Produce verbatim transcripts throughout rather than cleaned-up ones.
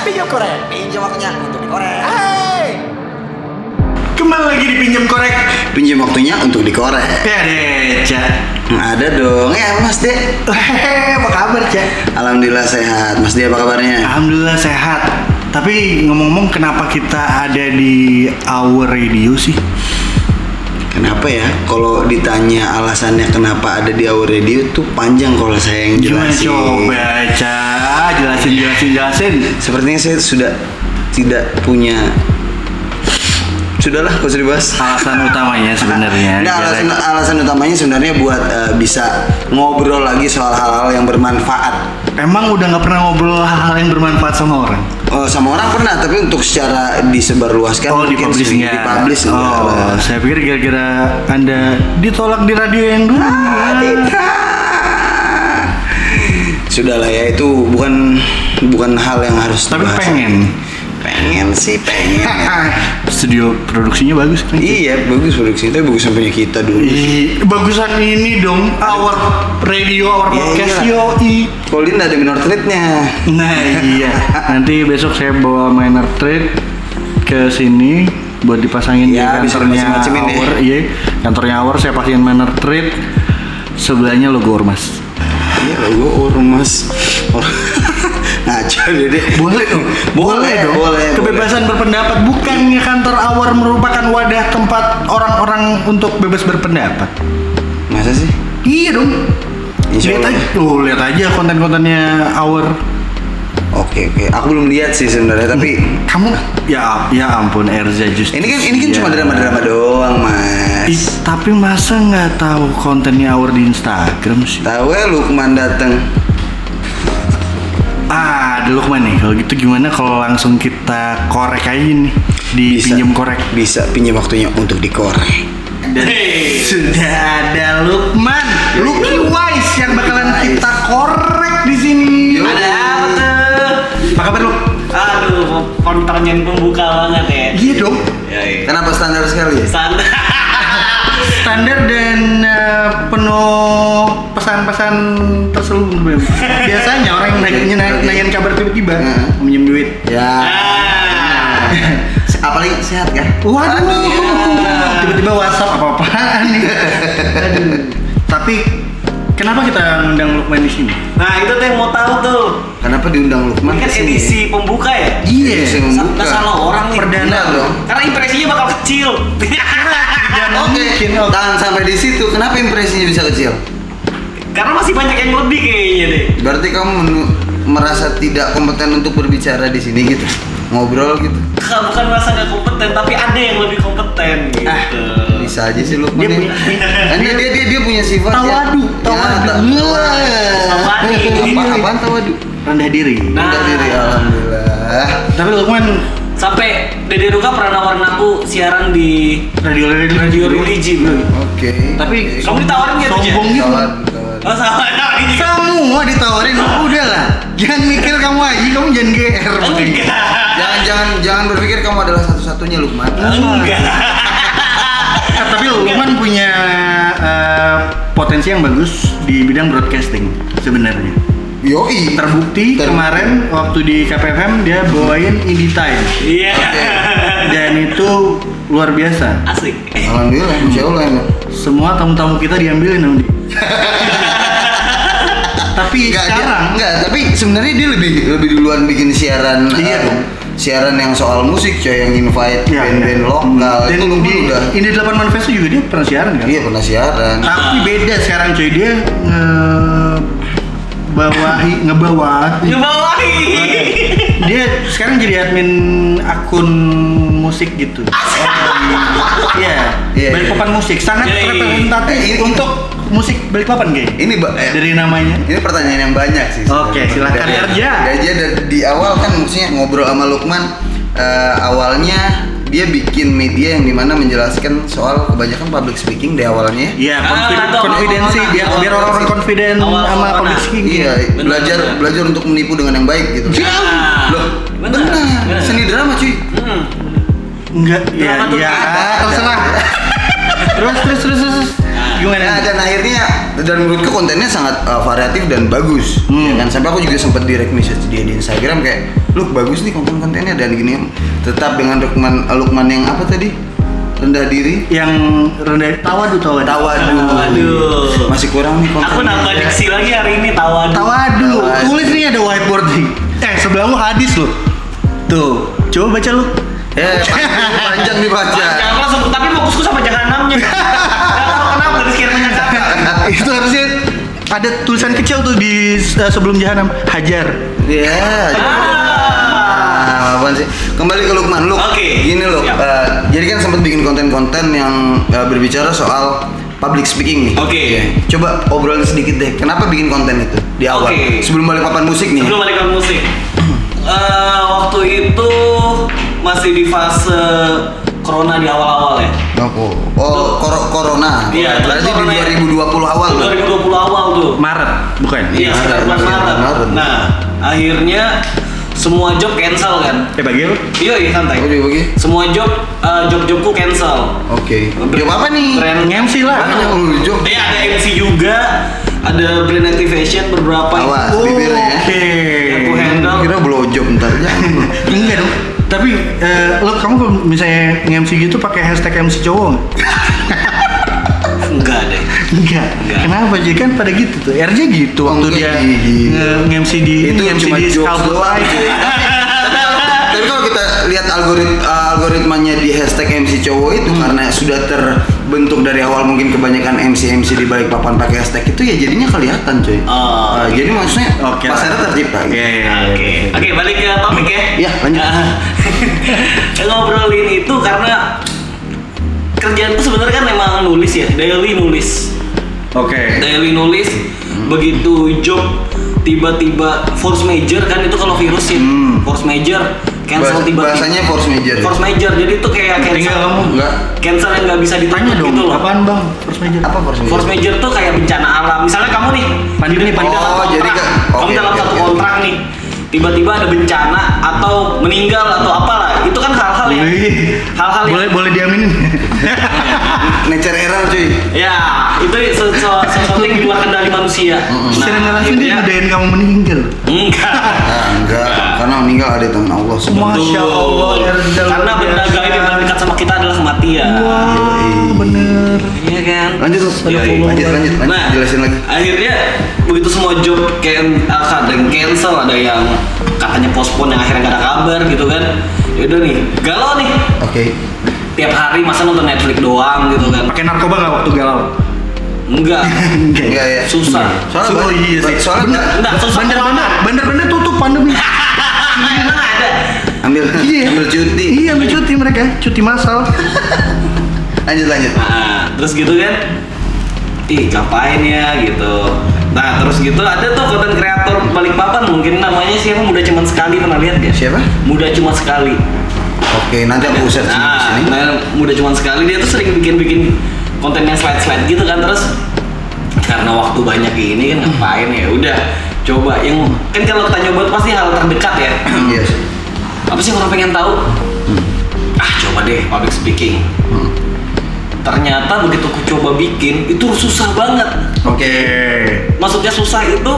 Pinjam korek. Pinjam waktunya untuk dikorek. Hey. Kembali lagi di Pinjam Korek. Pinjam waktunya untuk dikorek. Ya deh, Cak. Ada dong. Ya Mas De. Hehehe, apa kabar, Cak? Alhamdulillah sehat. Mas De apa kabarnya? Alhamdulillah sehat. Tapi ngomong-ngomong, kenapa kita ada di Our Radio sih? Kenapa ya? Kalau ditanya alasannya kenapa ada di Our Radio tuh panjang kalau saya yang Gimana jelasin. coba, Cak? Jelasin, jelasin, jelasin. Sepertinya saya sudah tidak punya. Sudahlah, kau usah dibahas. Alasan utamanya sebenarnya. Nah, alasan, alasan utamanya sebenarnya buat uh, bisa ngobrol lagi soal hal-hal yang bermanfaat. Emang udah nggak pernah ngobrol hal-hal yang bermanfaat sama orang? Oh, sama orang pernah, tapi untuk secara disebarluaskan. Oh, dipublish nggak? Dipublish Oh, enggak. saya pikir gara-gara Anda ditolak di radio yang dulu. Ah, tidak. Sudahlah ya, itu bukan bukan hal yang harus Tapi dibahas. pengen. Pengen sih, pengen. Studio produksinya bagus kan? Iya, bagus produksi itu bagus sampainya kita dulu. Ih, bagusan ini dong, Our Radio, Our Iya, Podcast, iya. yoi. Colin ada minor threat-nya. Nah iya, nanti besok saya bawa minor thread ke sini buat dipasangin Ya, di bisa kantornya macem-macemin ya. Our. Iya, kantornya Our saya pasangin minor thread. Sebelahnya logo Ormas. Iya, logo ormas. Ngaco deh. Boleh dong, Boleh, dong. boleh, Kebebasan berpendapat, bukannya kantor Our merupakan wadah tempat orang-orang untuk bebas berpendapat? Masa sih? Iya dong. Insya Lihat Allah. aja, tuh lihat aja konten-kontennya Our. Oke, oke. Aku belum lihat sih sebenarnya, tapi Kamu ya ya ampun Erza Justicia. ini kan ini kan cuma drama-drama doang, Mas. Ih, tapi masa nggak tahu kontennya Our di Instagram sih? Tahu ya Lukman datang. Ah, ada Lukman nih. Kalau gitu gimana kalau langsung kita korek aja nih di Bisa. pinjam korek? Bisa pinjam waktunya untuk dikorek. Dan sudah ada Lukman, Lucky Wise yang bakalan kita korek di sini. Yo. Ada apa tuh? Apa kabar lu? Aduh, konternya pembuka banget ya. Iya dong. Ya, iya. Kenapa standar sekali ya? Standar. Standar dan eh, penuh pesan-pesan terselubung. Biasanya orang yang nanya, nanya- nanyain kabar tiba-tiba Hmm. minjem duit. Ya. Ah. Apalagi sehat kan? Waduh, tiba-tiba WhatsApp apa-apaan nih. Aduh. Tapi kenapa kita ngundang Lukman di sini? Nah, itu tuh yang mau tahu tuh. Kenapa diundang Lukman Ini kan kesini? edisi pembuka ya? Edisi membuka. Nggak salah orang nih. Perdana Benar dong. Karena impresinya bakal kecil. Dan Oke, mungkin tahan sampai di situ. Kenapa impresinya bisa kecil? Karena masih banyak yang lebih kayaknya deh. Berarti kamu menu- merasa tidak kompeten untuk berbicara di sini gitu, ngobrol gitu. Bukan merasa nggak kompeten, tapi ada yang lebih kompeten gitu. Ah, bisa aja sih Lukman Dia ini. punya- Kan dia, dia dia dia punya sifat Tawadu, ya. tawadu. Apaan nih? Apa apaan tawadu? rendah diri. Nah. Rendah diri, alhamdulillah. Tapi Lukman Sampai Dede Ruka pernah nawarin aku siaran di radio radio radio religi bro. Oke. Tapi Kamu ditawarin nggak tuh, sombong Jen? gitu. Tawar, tawar. Oh sama nawarin juga. Semua ditawarin, udah lah. Jangan mikir kamu aja, kamu jangan G R. Enggak. Jangan jangan jangan berpikir kamu adalah satu-satunya Lukman. Enggak. Eh, tapi Lukman punya eh, potensi yang bagus di bidang broadcasting sebenarnya. Yoi. Terbukti Terbukti. kemarin waktu di K P F M dia bawain Indie Time Iya. dan itu luar biasa. Asik. Alhamdulillah, insya Allah emang. Semua tamu-tamu kita diambilin sama dia. Tapi Enggak, dia, sekarang enggak, tapi sebenarnya dia lebih lebih duluan bikin siaran. Iya eh, dong. Siaran yang soal musik coy, yang invite Iya, band-band iya. lokal. Dan itu lu di udah. Indie delapan Manifesto juga dia pernah siaran kan? Iya pernah siaran. Tapi beda sekarang coy, dia ngebawahi ngebawahi Ngebawahi. dia sekarang jadi admin akun musik gitu. Iya, Iya, Balikpapan musik sangat Iya, iya. representatif Eh, ini- untuk musik Balikpapan gay. Ini ba- eh, Dari namanya. Ini pertanyaan yang banyak sih. Oke, sebenarnya. silakan, Dari- Erja. Erja dari- di awal kan maksudnya ngobrol sama Lukman, eh, awalnya dia bikin media yang dimana menjelaskan soal kebanyakan public speaking di awalnya. Iya, Ah, confid- tahu, confidency awal-awal, biar biar awal-awal orang-orang sih. confident Awal-awal sama mana? public speaking. Iya, Bener, belajar bener. belajar untuk menipu dengan yang baik gitu. Nah, Loh, bener, benar. bener. Seni drama cuy. Hmm. Enggak, ya, Drama tuh ya, ada, ada. terserah. terus, terus, terus, terus. Nah, Gimana? Nah, dan akhirnya dan menurutku kontennya sangat uh, variatif dan bagus. Hmm. Ya kan sampai aku juga sempat direct message dia di Instagram kayak, "Look, bagus nih konten-kontennya dan gini." Tetap dengan Lukman Lukman yang apa tadi? Rendah diri. Yang rendah tawadu tawadu. Tawadu. Waduh. Masih kurang nih kontennya. Aku nambah diksi lagi hari ini tawadu. Tawadu. Tawadu. Tulis nih ada whiteboard nih. Eh sebelah lu hadis loh. Tuh, coba baca lu. Eh, panjang, panjang dibaca. Jangan langsung, tapi fokusku sama jahanamnya. Gak tahu kenapa dari sekian banyak kata. Itu harusnya ada tulisan kecil tuh di uh, sebelum jahanam, hajar. Iya. Ah. Nah, apaan sih? Kembali ke Lukman. Luk, Oke. gini loh. Siap. Uh, jadi kan sempat bikin konten-konten yang uh, berbicara soal public speaking nih. Oke. Ya. Coba obrolin sedikit deh. Kenapa bikin konten itu di awal? Oke. Sebelum balik papan musik nih. Sebelum balik ke musik. Eh, waktu itu masih di fase corona di awal-awal ya. Oh, oh kor- corona. Iya, itu berarti corona di ya. dua ribu dua puluh awal tuh. dua ribu dua puluh awal tuh. Maret, bukan? Iya, sekitar bulan Maret, Maret. Maret. Nah, akhirnya semua job cancel kan. Eh bagi lu? Iya, iya santai. Oh, bagi. Semua job eh, job-jobku cancel. Oke. Job apa nih? Brand M C lah. Banyak oh, job. Iya, ada M C juga, ada brand activation beberapa. Awas, Oh, bibirnya ya. Oke. Aku handle. Kira blow job ntar jangan. Enggak dong. Tapi eh, lo kamu kalau misalnya nge-M C gitu pakai hashtag M C cowok nggak? Enggak deh. Enggak. Enggak. Kenapa? Jadi kan pada gitu tuh. R J gitu Oh, waktu enggak, dia di- di- nge- nge-M C di Itu nge-M C cuma di jokes Scalpel doang, Live. cuy. Tapi kalau kita lihat algorit uh, algoritmanya di hashtag M C cowok itu Hmm. karena sudah terbentuk dari awal mungkin kebanyakan M C M C di balik papan pakai hashtag itu ya jadinya kelihatan cuy. Oh, Uh, jadi maksudnya Oke. pasarnya tercipta. Oke. Oke, oke balik ke topik ya. Iya, lanjut. Nah, ngobrolin itu karena kerjaan tuh sebenarnya kan memang nulis ya, daily nulis, Oke. daily nulis. Begitu job tiba-tiba force major kan itu kalau virus ya, Hmm. force major cancel Bahas- tiba-tiba. bahasanya force major. ya? Force major, jadi itu kayak Tinggal cancel, kamu Enggak. cancel yang nggak bisa Tanya ditanya dong, gitu loh. apaan bang? First major. Apa force major? Force major tuh kayak bencana alam. Misalnya kamu nih, Pandemi, di pandemi. dalam Oh, kontrak, jadi kan- kamu oke, dalam oke, satu oke. kontrak nih, tiba-tiba ada bencana atau meninggal atau apalah, itu kan hal-hal yang Wih. hal-hal yang Boleh boleh diaminin. Nature error cuy. ya itu se- se- sesuatu yang di luar kendali manusia. Secara nggak langsung dia akhirnya- godain kamu meninggal. enggak. Ah, enggak, karena meninggal ada di tangan Allah subhanahu. Masya Allah, Erzal Karena luar benda biasa. gaib yang paling dekat sama kita adalah kematian. Wah, bener. Iya kan? Lanjut, Luk. Iya, iya. lanjut, lanjut, lanjut, Nah, jelasin lagi. akhirnya begitu semua job kayak ada yang cancel, ada yang katanya postpone yang akhirnya gak ada kabar gitu kan. Yaudah nih, galau nih. Oke. Tiap hari masa nonton Netflix doang gitu kan. Pakai narkoba nggak waktu galau? Enggak. Enggak. Enggak ya. Susah. Soalnya Oh banyak- iya sih. soalnya Bener. Enggak, susah. Bener-bener, bener-bener tutup pandemi. Emang ada. ambil Iya. ambil cuti. Iya, ambil cuti mereka, cuti massal. Lanjut lanjut. Nah, terus gitu kan. Ih, ngapain ya gitu. Nah, terus gitu ada tuh konten kreator Balikpapan, mungkin namanya siapa, Muda Cuman Sekali, pernah lihat gak? Siapa? Muda Cuma Sekali. Oke, nanti aku search di Nah, sini. nah, Muda Cuman Sekali dia tuh sering bikin-bikin konten yang slide-slide gitu kan, terus karena waktu banyak ini kan ngapain ya, udah coba yang kan kalau kita nyoba tuh pasti hal terdekat ya. Iya. Apa sih yang orang pengen tahu? Ah, coba deh public speaking. Hmm. Ternyata begitu aku coba bikin itu susah banget. Oke. Maksudnya susah itu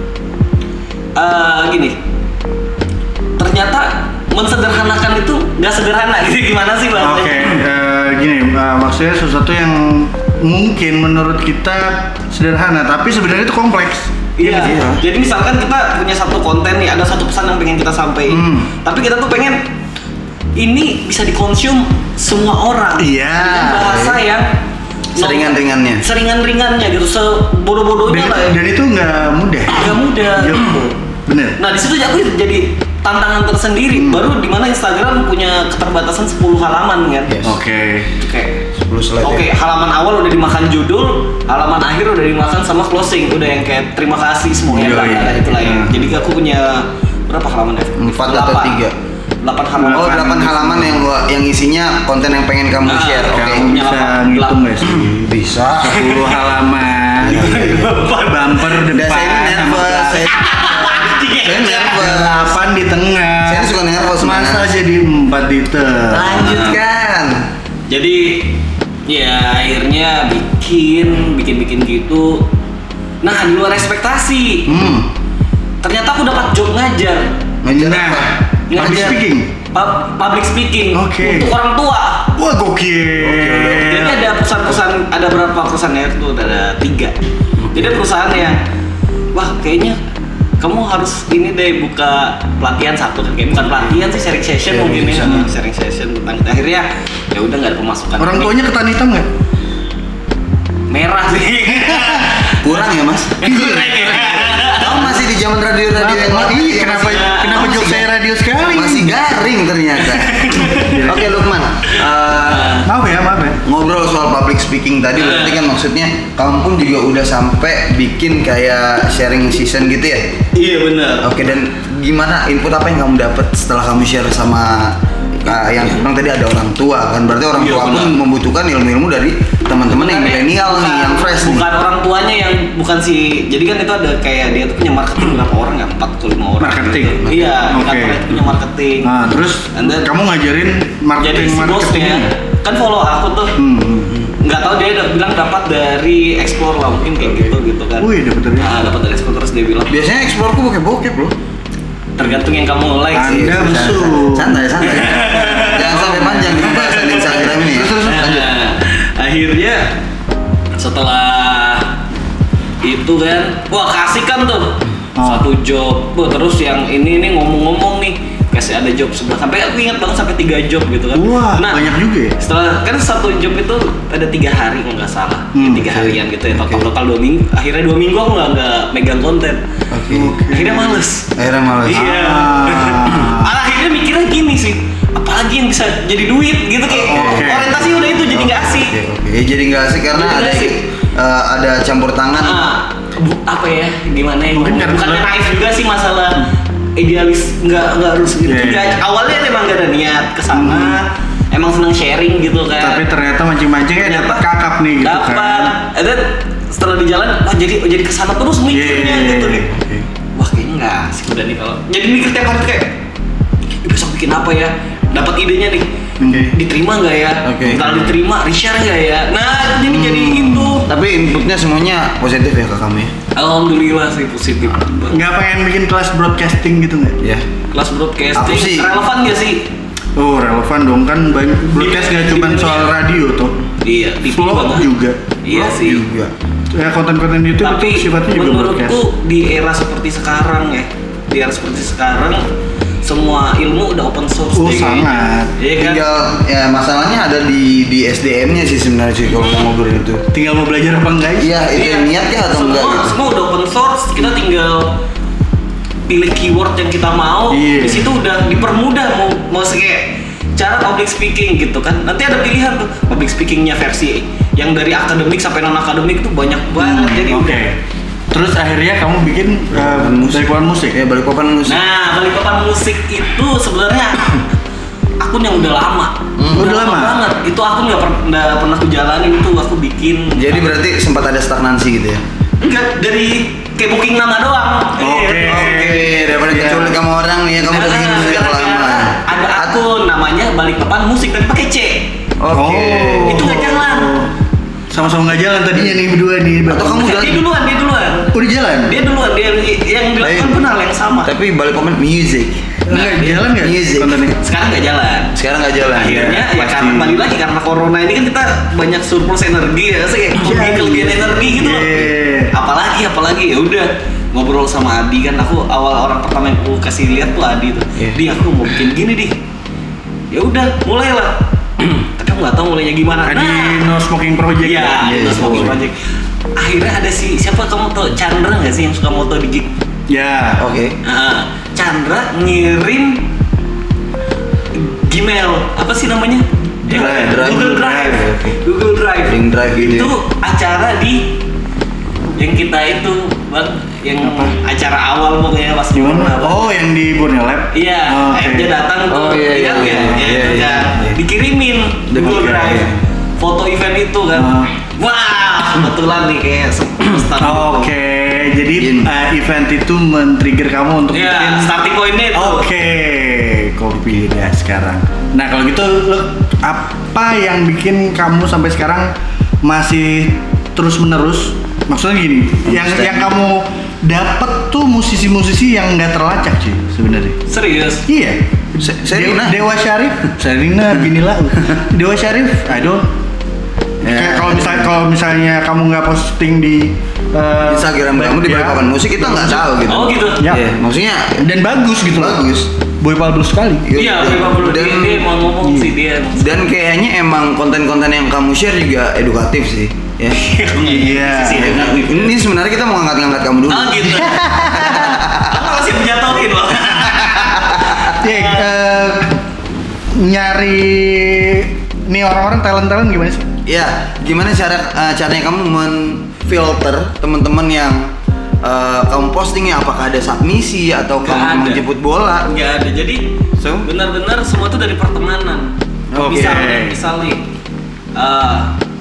eh, gini. Ternyata mensederhanakan itu nggak sederhana gitu, gimana sih bahasanya? Oke, eh, gini, eh, maksudnya sesuatu yang mungkin menurut kita sederhana, tapi sebenarnya itu kompleks. Iya. Iya. Jadi misalkan kita punya satu konten nih, ada satu pesan yang pengen kita sampaikan, Hmm. tapi kita tuh pengen ini bisa dikonsum semua orang. Iya. Dengan bahasa yang Seringan-ringannya. Seringan-ringannya gitu, sebodoh-bodohnya Dan, lah ya. dan itu nggak mudah. Nggak mudah. Iya, bener. Nah di situ aku jadi tantangan tersendiri. Hmm. Baru di mana Instagram punya keterbatasan sepuluh halaman kan. Yes. Oke. Oke. sepuluh slide. Oke, ya. halaman awal udah dimakan judul, halaman akhir udah dimakan sama closing, udah yang kayak terima kasih semuanya Iya, lah, iya. itu lah ya. Hmm. Jadi aku punya berapa halaman ya? Empat atau Delapan. tiga? Delapan halaman. Oh, delapan halaman yang gua yang isinya konten yang pengen kamu Nah, share. Oke. kamu- Kamu punya bisa lapan- ngitung delapan. nggak sih? Bisa. sepuluh halaman. Bumper depan. Udah saya ini nervous. Saya, saya nervous. delapan di tengah. Saya ini suka nervous, Masa Mas. jadi empat di tengah. Lanjutkan. Jadi Ya akhirnya bikin, bikin-bikin gitu. Nah di luar ekspektasi. Hmm. Ternyata aku dapat job ngajar. Ngajar Nah, apa? public Ngajar. speaking. Pub- public speaking Oke. untuk orang tua. Wah gokil. Jadi ada perusahaan-perusahaan, ada berapa perusahaan ya itu ada tiga. Jadi perusahaan yang, wah kayaknya kamu harus ini deh buka pelatihan satu kan, kayak bukan pelatihan sih, sharing session Sharing mungkin ya, session. sharing session tentang itu. Akhirnya ya udah nggak ada pemasukan. Orang tuanya ketan hitam nggak? Merah sih. Kurang ya mas? Kamu masih di zaman radio-radio yang Wah, lama, iya, ya, kenapa masih- kenapa masih jok saya ga- radio sekali? Masih garing ternyata. Oke Lukman, eh, Maaf ya, maaf ya. ngobrol soal public speaking tadi berarti kan maksudnya kamu pun juga udah sampai bikin kayak sharing season gitu ya? Iya benar. Oke, dan gimana input apa yang kamu dapat setelah kamu share sama uh, yang bilang tadi ada orang tua kan? Berarti orang Iya, tua pun benar. membutuhkan ilmu-ilmu dari teman-teman yang milenial nih, yang fresh nih. Bukan orang tuanya yang bukan si, jadi kan itu ada kayak dia tuh punya marketing berapa orang ya, empat atau lima orang. Marketing? gitu. Iya, di Oke. kantor itu punya marketing. Nah, terus And then- kamu ngajarin Jadi marketing si marketing. bosnya kan follow aku tuh, Hmm, hmm, hmm. nggak tahu dia udah bilang dapat dari explore lah mungkin kayak gitu gitu kan. Wih, dapat dari Nah, dapat dari explore terus dia bilang Biasanya explore ku pakai bokep loh. tergantung yang kamu like sih. Anda Santai, musuh. Santai, santai. Jangan sampai panjang di pembahasan Instagram ini. ya. Lanjut. Nah, akhirnya setelah itu kan, wah kasih kan tuh Oh. satu job, wah, terus yang ini nih ngomong-ngomong nih kasih ada job sebelah, sampai aku ingat banget sampai tiga job gitu kan. Wah, banyak juga ya? Setelah kan satu job itu ada tiga hari kalau nggak salah, Hmm, tiga oke. harian gitu ya, total Oke. total dua minggu. Akhirnya dua minggu aku nggak nggak megang konten. Oke. Akhirnya males. Akhirnya males. Iya. Ah. Akhirnya mikirnya gini sih, apalagi yang bisa jadi duit gitu kayak Oke. orientasi udah itu jadi nggak asik. Oke, oke. Ya, jadi nggak asik karena Jadi ada nggak asik. eh, ada campur tangan. Ah, bu, apa ya gimana ya, Mungkin karena- bukannya naif juga sih masalah idealis, nggak nggak harus gitu. Iya, iya. Nggak- awalnya emang gak ada niat kesana, emang seneng sharing gitu kan. Tapi ternyata mancing-mancingnya Ternyata dapat kakap nih gitu dapat. kan. And then setelah di jalan, wah jadi oh, jadi kesana terus mikirnya Iya, gitu nih. oke. Wah kayaknya nggak asik udah nih kalau jadi mikir tiap hari tuh kayak, "Ih, besok bikin apa ya? Dapat idenya nih, Oke. diterima nggak ya? Oke. Kalau diterima, reshare nggak ya? Nah jadi jadi itu. Tapi inputnya semuanya positif ya ke kamu ya? Alhamdulillah sih positif. Nggak pengen bikin kelas broadcasting gitu nggak? Ya. Kelas broadcasting Aku sih- relevan gak sih? Oh relevan dong, kan banyak broadcast Di- nggak di- cuma di- soal radio tuh. Iya, T V Vlog banget. juga. Iya Vlog sih. Juga. Ya konten-konten YouTube Tapi itu sifatnya juga broadcast. menurutku di era seperti sekarang ya, di era seperti sekarang semua ilmu udah open source. Oh deh kayaknya. sangat. Iya kan? Tinggal ya masalahnya ada di di S D M-nya sih sebenarnya sih kalau mau ngobrol itu. Tinggal mau belajar apa enggak sih? Iya, itu yang niat ya atau semua, enggak gitu. Semua udah open source, kita tinggal pilih keyword yang kita mau. Iya. Di situ udah dipermudah mau mau kayak cara public speaking gitu kan. Nanti ada pilihan tuh public speakingnya versi yang dari akademik sampai non akademik tuh banyak banget. Jadi Oke. udah. Terus akhirnya kamu bikin uh, Musik. Balikpapan musik. Ya balik papan musik. Nah, Balikpapan musik itu sebenarnya akun yang udah lama. Hmm. Udah lama? banget. Itu akun nggak per- nggak pernah aku jalanin, itu aku bikin. Jadi berarti sempat ada stagnansi gitu ya? enggak dari kayak booking nama doang. Oke. Iya. Oke, daripada Iya. diculik sama orang nih ya kamu udah bikin Nah, musik yang gara-gara lama. ada akun namanya Balikpapan musik tapi pakai C. Oke. Oh. Itu nggak jalan. Sama-sama nggak jalan tadinya nih berdua nih. Atau kamu udah Dia duluan, dia duluan. udah jalan? Dia duluan, dia yang dilakukan Baik. pun hal yang sama. tapi balik papan music. Enggak Nah, jalan nggak music. kontennya? Sekarang nggak jalan. Sekarang nggak jalan. Akhirnya ya pasti. karena balik lagi karena corona ini kan kita banyak surplus energi ya, sih kayak punya Iya, kelebihan iya. energi gitu loh. Iya. Apalagi apalagi ya udah ngobrol sama Adi kan, aku awal orang pertama yang aku kasih lihat tuh Adi tuh. Iya. Di aku mau bikin gini di. Ya udah mulailah. Tapi aku nggak tahu mulainya gimana. Adi No Smoking Project. Iya, ya? itu Smoking Project. Akhirnya ada si siapa kamu tau Chandra nggak sih yang suka moto di gig? Ya. Oke. Nah, Chandra ngirim Gmail apa sih namanya? Drive, Drive. Google Drive. Oke. Google Drive. Link drive gitu Itu ya? acara di yang kita itu bang, yang Apa? acara awal pokoknya pas Gimana? corona, Bang. Oh yang di Borneo Lab? Iya, Oh, oke. dia datang tuh, Oh, iya, ingat iya, nggak? iya, Ya, iya, itu iya, kan. iya. Dikirimin Google Oke. Drive, foto event itu kan. Ah. Wah, kebetulan nih kayak semesta. Oke. jadi Gini. uh, event itu men-trigger kamu untuk Iya, bikin starting point-nya itu. Oke, kopi dah sekarang. Nah kalau gitu, lo apa yang bikin kamu sampai sekarang masih terus menerus? Maksudnya gini, yang Understand. yang kamu dapat tuh musisi-musisi yang nggak terlacak sih sebenarnya. Serius. Iya. Se- Dewa, Serina. Dewa Syarif, Serina, Binilah. Dewa Syarif, I don't. Ya. Kayak kalau misalnya kalau misalnya kamu nggak posting di uh, Instagram kamu di ya, papan musik kita nggak tahu gitu. Oh gitu. Ya. Iya, maksudnya dan bagus gitu loh. bagus. Boy Pablo sekali. Iya, memang perlu dia, Dan- dia mau ngomong Iya. sih dia. emang. Dan kayaknya emang konten-konten yang kamu share juga edukatif sih. Ya. Iya. Sisi edukatif. Ini sebenarnya kita mau ngangkat-ngangkat kamu dulu. Ah gitu. Aku masih menjatuhin loh. Ya, eh, nyari nih orang-orang talent-talent gimana sih? Ya, gimana cara eh, caranya kamu menfilter teman-teman yang eh, kamu postingnya, apakah ada submisi atau Nggak kamu ada. menjemput bola? Nggak ada. Jadi So? benar-benar semua itu dari pertemanan. Oke. Misalnya, misalnya, eh,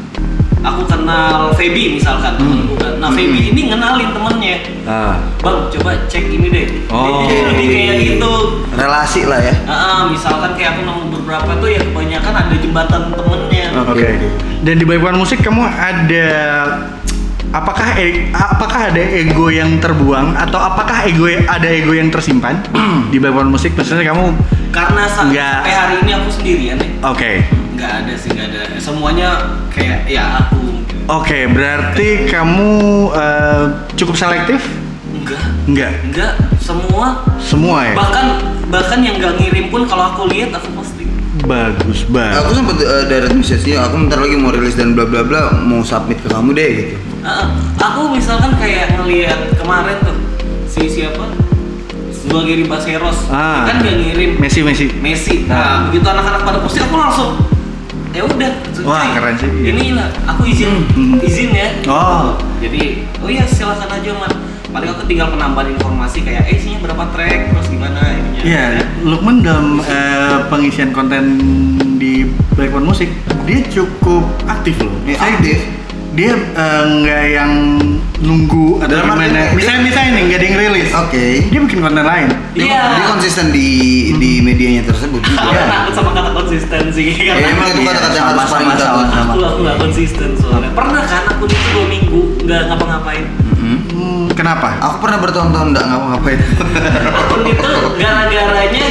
aku kenal Feby misalkan temanku kan. Nah Feby ini ngenalin temennya. Ah. Bang, coba cek ini deh. Oh. Jadi lebih kayak gitu. Relasi lah ya. Ah, ah, misalkan kayak aku nemu beberapa tuh ya kebanyakan ada jembatan temennya. Oke. Dan di Baikwan Musik kamu ada apakah e- apakah ada ego yang terbuang atau apakah ego ada ego yang tersimpan di Baikwan Musik? Maksudnya kamu Karena sa- Nggak. sampai hari ini aku sendirian nih. oke. Nggak ada sih, nggak ada. Semuanya kayak ya aku. Oke, berarti kamu eh, cukup selektif? Enggak. Enggak. Enggak, semua Semua ya? bahkan bahkan yang nggak ngirim pun kalau aku lihat aku posting. Bagus banget. Aku sempat uh, direct message-nya, aku bentar lagi mau rilis dan bla bla bla, mau submit ke kamu deh gitu. Ah, ah. aku misalkan kayak ngelihat kemarin tuh si siapa dua Giri Baseros Ah. kan dia ngirim Messi, Messi. Messi. Ah. Nah, begitu anak-anak pada posting aku langsung ya udah. Wah, cuy, keren sih. Ini lah, aku izin Hmm. izin ya. Oh. Jadi, oh iya silakan aja man. Paling aku tinggal penambahan informasi kayak eh isinya berapa track terus gimana ininya. Iya, Lukman dalam eh, pengisian konten di Baikwan Musik dia cukup aktif loh. Ya, Saya- aktif. Dia eh, nggak yang nunggu atau Dalam gimana. arti- Misalnya misalnya nih nggak ada yang rilis. Oke. Dia bikin konten lain. Dia, Iya. dia konsisten di di medianya tersebut juga. Aku takut sama kata konsistensi Ya, karena emang itu kata-kata yang harus paling Sama-sama, takut. sama-sama. aku aku nggak konsisten soalnya. Pernah kan aku itu dua minggu nggak ngapa-ngapain. Mhm. Hmm, kenapa? Aku pernah bertahun-tahun nggak ngapa-ngapain. Akun itu gara-garanya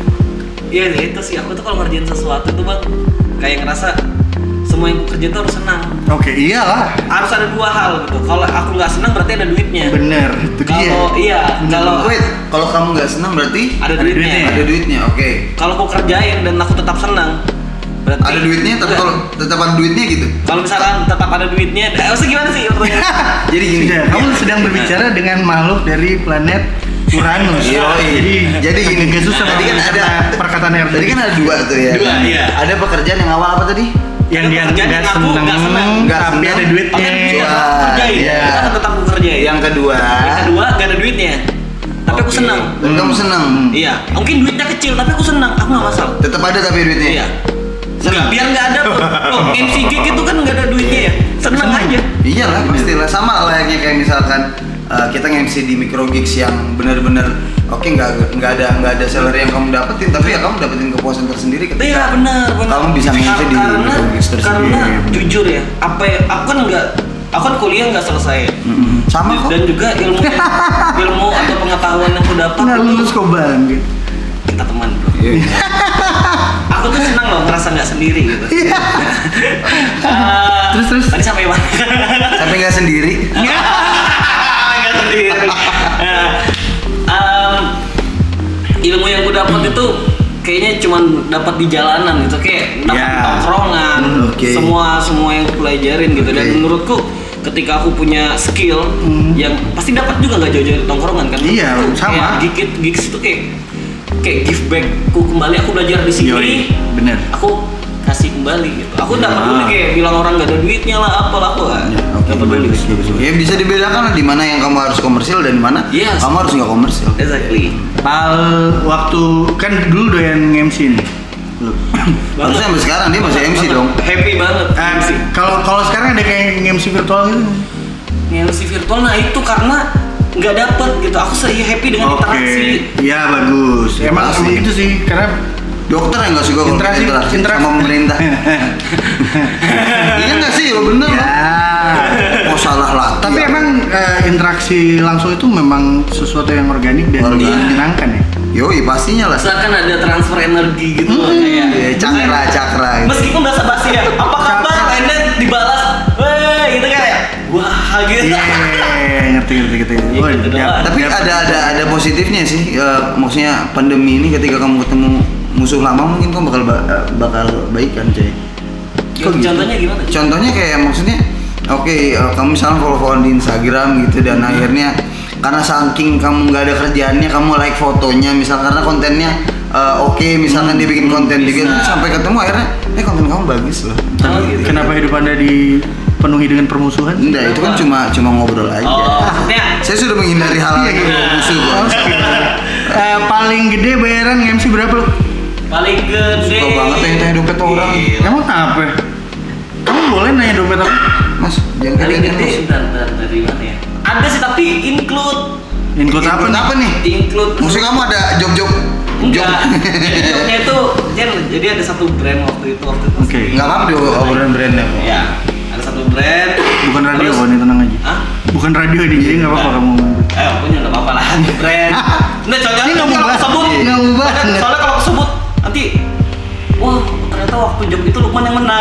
ya itu sih aku tuh kalau ngerjain sesuatu tuh bang kayak ngerasa semua yang aku kerja tuh harus senang. Oke, iyalah. Harus ada dua hal gitu. Kalau aku nggak senang berarti ada duitnya. Bener, itu dia. Kalau iya, kalau Wait, kalau kamu nggak senang berarti ada ada duitnya. duitnya. ada duitnya. Oke. Kalau aku kerjain dan aku tetap senang, berarti Ada duitnya, tapi Enggak. kalau tetap ada duitnya gitu. kalau misalkan tetap ada duitnya, eh, maksudnya gimana sih? Jadi gini. Sudah, kamu sedang berbicara dengan makhluk dari planet Uranus. Yoi. Jadi Jadi gini, agak susah tadi kan mencerna ada- perkataan R. Tadi kan ada dua tuh ya. Dua, iya. Ada pekerjaan yang awal apa tadi? yang dia Ada pekerjaan nggak yang aku seneng, nggak seneng. Nggak tapi seneng, ada duitnya. Tapi aku Wah, tetap kerjain, iya. kita akan tetap aku kerjain. Yang kedua. Yang kedua gak ada duitnya, tapi aku Oke. senang. Dan kamu senang. Iya, mungkin duitnya kecil tapi aku senang, aku nggak masalah. Tetap ada tapi duitnya. Iya. Senang. Biar nggak ada loh, M C gig itu kan nggak ada duitnya ya, senang aja. Iyalah pastilah, sama layaknya kayak misalkan uh, kita nge-M C di micro gigs yang benar-benar oke nggak nggak ada nggak ada salary yang kamu dapetin, tapi ya kamu dapetin kepuasan tersendiri ketika Iya benar, benar. kamu bisa nge-M C di karena micro gigs tersendiri. karena jujur ya, apa ya, aku kan nggak, aku kan kuliah nggak selesai. Mm-mm. Sama kok. Dan juga ilmu ilmu atau pengetahuan yang aku dapat Nggak itu lulus kok bang. kita teman bro. Iya. Aku tuh senang loh ngerasa nggak sendiri gitu. Eh, Terus, terus? Tadi sampai mana? Tapi nggak sendiri. Nggak sendiri. Nah, em, ilmu yang gue dapat itu kayaknya cuma dapat di jalanan gitu, kayak dapat Ya. di tongkrongan, Hmm, oke. semua semua yang gue pelajarin gitu. Dan Oke. menurutku ketika aku punya skill Hmm. yang pasti dapat juga nggak jauh-jauh dari tongkrongan kan. Iya, Menurutku sama. kayak gigs gigs itu kayak kayak give back ku kembali, aku belajar di sini. Yoi, bener. Aku kasih kembali gitu. Aku Ya. dapat dulu kayak bilang orang nggak ada duitnya lah, apalah aku Ya, nggak oke, nggak peduli. bagus, bagus, bagus. Ya bisa dibedakan lah di mana yang kamu harus komersil dan di mana Yes. kamu harus nggak komersil. Exactly. Pal waktu kan dulu doyan M C nih. Lu. Harusnya sampai sekarang dia masih M C Banget. dong. Happy banget. Ah, M C. Kalau kalau sekarang ada kayak M C virtual gitu. nge-M C virtual. Nah itu karena nggak dapet gitu. Aku sih happy dengan Oke, interaksi. ya bagus. Emang Pasti. emang itu sih karena Dokter yang nggak suka kalau Interaksi- kita interaksi interaksi. sama pemerintah. Iya nggak sih, lo bener ya. lo. Mau salah lagi. Tapi ya. emang eh, interaksi langsung itu memang sesuatu yang organik dan Organik. menyenangkan ya. Yoi pastinya lah. Seakan ada transfer energi gitu loh Hmm, kayak. Iya, cakra cakra. Gitu. Meskipun bahasa basi ya, apa kabar? And then dibalas, weh gitu kayak, wah gitu. Iya, ngerti ngerti ngerti. Iya, Oh, gitu ya, doang. Tapi ya, ada ada ada positifnya sih. Eh, maksudnya pandemi ini ketika kamu ketemu musuh lama mungkin kamu bakal ba- eh, bakal baikan coy. Kok gitu? Contohnya gimana? Contohnya kayak maksudnya oke eh, kamu misalnya follow-followan di Instagram gitu dan akhirnya karena saking kamu nggak ada kerjaannya kamu like fotonya misal karena kontennya eh, oke misalkan dia bikin konten juga bisa. terus sampai ketemu akhirnya eh konten kamu bagus loh. Oh, gitu. Kenapa hidup Anda dipenuhi dengan permusuhan? Enggak, itu kan cuma cuma ngobrol aja. Oh, maksudnya Saya sudah menghindari hal Iya, yang iya. musuh Bang. Oke. Eh, paling gede bayaran M C berapa lu? paling gede. Suka banget tanya-tanya dompet orang. Gila. Emang apa? Kamu boleh nanya dompet aku? Mas, jangan Paling kayak gede, gini. bentar, bentar, dari mana ya? Ada sih tapi include. Include apa Include nih? apa nih? Include. Maksud kamu ada job-job job? Enggak. Jobnya itu, Jen, jadi ada satu brand waktu itu waktu itu. Oke. Enggak apa-apa di obrolan brandnya kok. Ya, ada satu brand. Bukan radio Terus- kok, ini tenang aja. Hah? Bukan radio ini, jadi nggak apa-apa Enggak. kamu. Eh, pokoknya nggak apa-apa lah, brand. Nah, soalnya Ini nggak mau kalau bahas. kesebut, Nggak mau bahas. soalnya, soalnya kalau kesebut nanti, wah ternyata waktu job itu Lukman yang menang.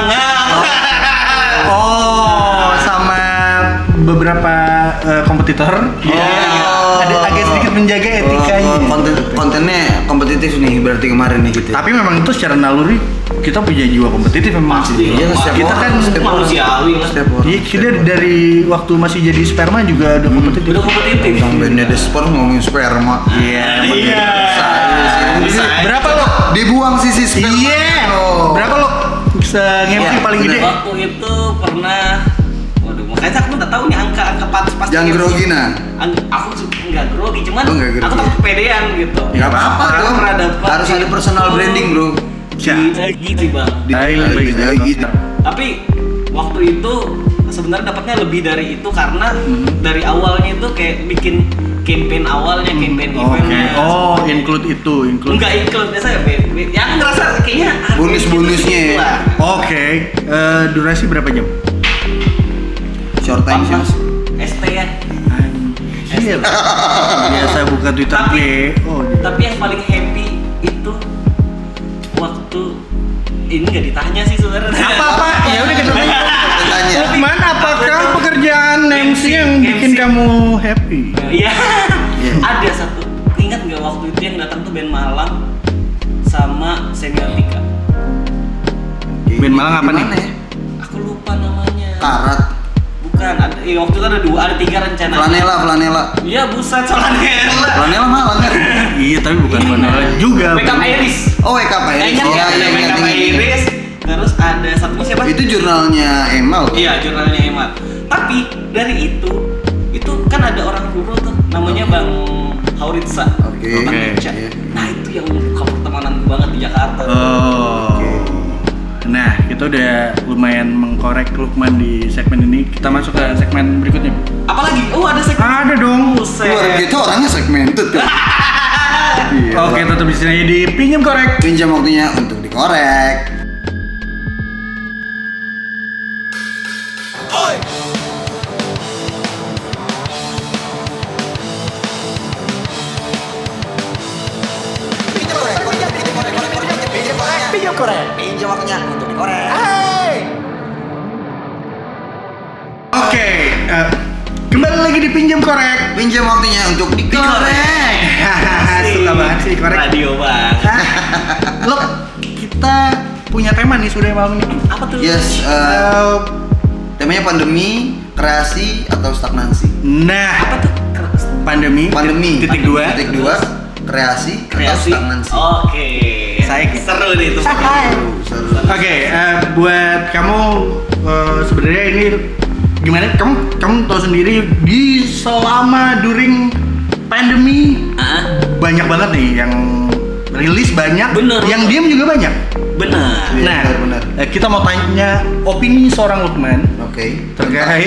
Oh, sama beberapa eh, kompetitor. Iya. Ada agak sedikit menjaga etikanya. Oh, konten kontennya kompetitif nih berarti kemarin nih gitu. ya. Tapi memang itu secara naluri kita punya jiwa kompetitif memang. Pasti. Iya, setiap kita orang, kan setiap orang. manusiawi lah. Setiap orang. Iya, kita dari waktu masih jadi sperma juga udah kompetitif. Udah kompetitif. Tentang bandnya The Spurs ngomongin sperma. Iya. Iya. Saya sih. Berapa lo? Dibuang sisi sperma. Iya. Oh. Berapa lo? Se-nge-M C Iya, paling gede? Waktu itu pernah, waduh, makanya aku nggak tahu nih angka-angka pas pas Jangan grogi nah. Ang- aku su- nggak grogi, cuman Oh, nggak grogi. aku takut kepedean gitu. Enggak apa-apa Aku dong. pernah dapat Harus ada itu personal branding, Bro. Ya. gitu bang. Di- Baik, baik, Ya, baik. gitu. Tapi waktu itu sebenarnya dapatnya lebih dari itu karena Hmm. dari awalnya itu kayak bikin campaign awalnya, campaign Oke. eventnya. Oh, include itu, include. Enggak ikut biasa ya, Be- Be- yang ngerasa kayaknya ada Bonus-bonusnya gitu-gitu ya. lah. Oke. Eh, durasi berapa jam? Short time Apa? sih. S T ya. Anjir. Biasa buka Twitter Tapi- B. Oh, gitu. Tapi yang paling happy itu waktu ini nggak ditanya sih sebenarnya. Apa-apa? Ya udah kita tanya. Tanya. Lukman, apakah pekerjaan M C yang bikin M C. kamu happy? Iya. Iya. Ada satu. Ingat nggak waktu itu yang datang tuh band Malang sama Semiotika. Band Malang apa Gimana nih? ya? Aku lupa namanya. Karat. Bukan. Ada, eh, waktu itu ada dua, ada tiga rencana. Flanela, flanela. Iya buset flanela. Flanela Malang kan? Iya, tapi bukan Manila juga. Make up Iris. Oh, Wake Up Eh, Iris. ingat Oh, nggak? iya, Ada Make ingat, up ingat, ingat. Iris. Terus ada satu siapa? Itu jurnalnya Emal. Iya, jurnalnya Emat. Tapi dari itu, itu kan ada orang rural tuh, namanya Bang Hauritsa. Oke. Bang Oke. Ica. Iya. Nah itu yang membuka pertemananku banget di Jakarta. Oh. Oke. Nah, kita udah lumayan mengkorek Lukman di segmen ini. Kita masuk ke segmen berikutnya. Apalagi? Oh ada segmen. Ada dong. Buset. Luar gitu orangnya segmented kan. Iya. Oke, tetap di sini di Pinjam Korek. Pinjam waktunya untuk dikorek. Pinjam korek. Pinjam waktunya untuk dikorek. Oke, eh, kembali lagi di Pinjam Korek. Pinjam waktunya untuk dikorek. Suka banget sih korek. Radio bang. Loh, kita punya tema nih sudah malam ini. Apa tuh? Yes, eh, Eh, temanya pandemi, kreasi atau stagnansi. nah, Apa tuh? Keras. pandemi, Pandemi. titik dua. Titik dua. Kreasi, Kreasi. atau stagnansi. Oke. Saya- seru nih itu. Seru, seru. Oke, eh, buat kamu eh, sebenarnya ini gimana? Kamu kamu tahu sendiri di selama during pandemi Ah, banyak banget nih yang rilis banyak, Bener. yang diam juga banyak. benar. Iya, Nah, benar, benar. eh, kita mau tanya opini seorang Lukman Oke. terkait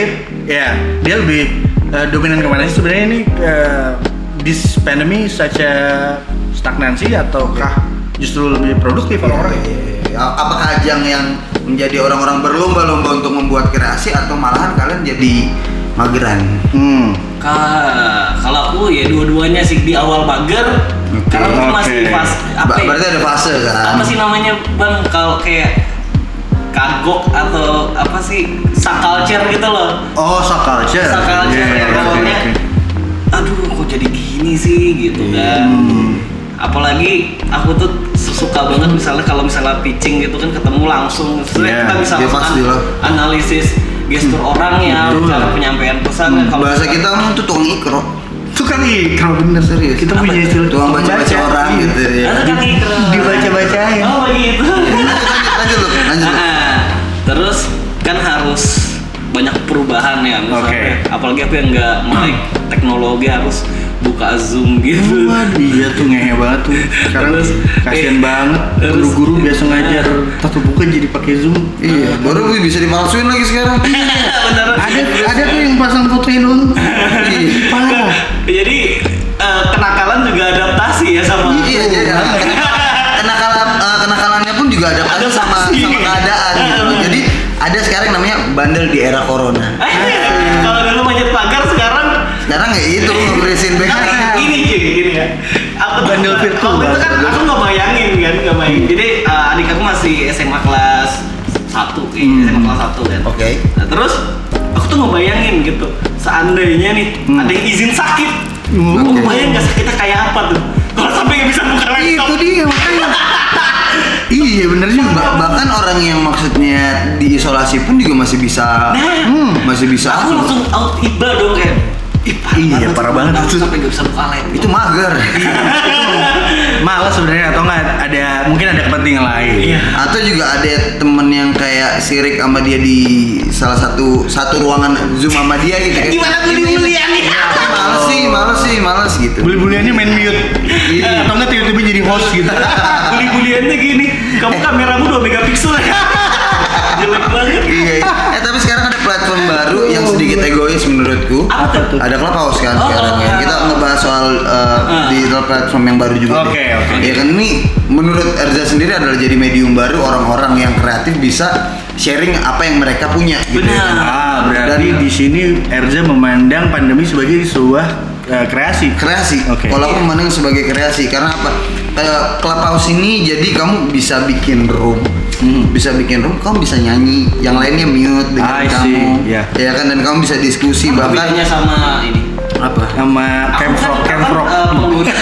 ya dia lebih uh, dominan kemana sih sebenarnya ini uh, this pandemic such a stagnansi ataukah justru lebih produktif orang-orang? Apakah ajang yang menjadi orang-orang berlomba-lomba untuk membuat kreasi atau malahan kalian jadi mageran? Hmm. Ka- kalau aku ya dua-duanya sih di awal mager, Oke. karena aku masih Oke. fase apa? Ba- ya? berarti ada fase kan? Apa sih namanya bang? Kalau kayak kagok atau apa sih subculture gitu loh? Oh, subculture. Subculture Yeah, ya oke, awalnya. oke. Aduh, kok jadi gini sih gitu kan? Hmm. Apalagi aku tuh suka banget misalnya kalau misalnya pitching gitu kan ketemu langsung, Yeah, sebenarnya kita bisa dia langsung pasti lah. analisis gestur orangnya, Betul. cara penyampaian pesan. Kalau Bahasa kita ngomong tuh tukang ikro. Tukang ikro bener Serius. Kita Apa punya itu? istilah Tukang baca-baca orang Iya. gitu ya. ada kan ikro. Dibaca-bacain. Oh begitu. Lanjut lu, lanjut lu. Ah, terus kan harus banyak perubahan ya misalnya. Oke. Apalagi aku yang nggak melek teknologi harus buka Zoom gitu. Waduh, iya tuh ngehe banget tuh. Sekarang Terus, kasihan eh, banget terus- guru-guru biasa ngajar tatap muka jadi pakai Zoom. Iya, baru bisa dipalsuin lagi sekarang. Bener. Ada ada tuh yang pasang fotoin dulu. Iya. Parah. Jadi eh, kenakalan juga adaptasi ya sama. Iya, jadi kenakalan eh, kenakalannya pun juga adaptasi sama Adaptasi. sama keadaan gitu. Jadi ada sekarang yang namanya bandel di era corona. Eh, kalau dulu manjat pagar sekarang Sekarang ya itu ngeberesin kan bengkel. gini cuy, gini ya. Aku tuh- Bandel virtual. Waktu itu kan aku nggak bayangin kan, nggak bayangin. Jadi eh, adik aku masih S M A kelas satu, Hmm. S M A kelas satu kan. Oke. Nah, terus aku tuh ngebayangin gitu, seandainya nih Hmm. ada yang izin sakit, Hmm. aku Oke. bayang nggak sakitnya kayak apa tuh? Kalau sampai nggak bisa buka laptop. Itu dia makanya. Iya bener juga. Ba- bahkan orang yang maksudnya diisolasi pun juga masih bisa Nah. hmm, masih bisa Aku langsung out iba dong kayak. Ih, Iya, parah banget Aku itu. sampai nggak bisa buka laptop. itu mager. Malas sebenarnya atau enggak ada mungkin ada kepentingan lain. Iya. Atau juga ada temen yang kayak sirik sama dia di salah satu satu ruangan Zoom sama dia gitu kayak, Gimana bully-bullyan nih? males sih, males sih, males gitu. Bully-buliannya main mute. Iya. Atau enggak tiba-tiba jadi host gitu. Bully-buliannya gini, kamu kameramu dua megapiksel ya. Jelek banget. Iya, iya. Eh tapi sekarang ada platform baru yang sedikit egois menurutku. Apa tuh? Ada Clubhouse kan Oh, sekarang ya. oh, Kita oh. ngebahas soal uh, Ah. digital platform yang baru juga. Oke, deh. oke. Ya kan ini menurut Erza sendiri adalah jadi medium baru orang-orang yang kreatif bisa sharing apa yang mereka punya gitu ya kan. Benar. Ah, berarti Dan- di sini Erza memandang pandemi sebagai sebuah uh, kreasi. kreasi. Oke. Kalau aku memandang sebagai kreasi karena apa? Eh, Clubhouse ini jadi kamu bisa bikin room. Hmm. Bisa bikin room, kamu bisa nyanyi, yang lainnya mute dengan I see, kamu, iya. ya kan, dan kamu bisa diskusi Apa bahkan bedanya sama ini? apa? Sama Camfrog, Camfrog. eh, pengguna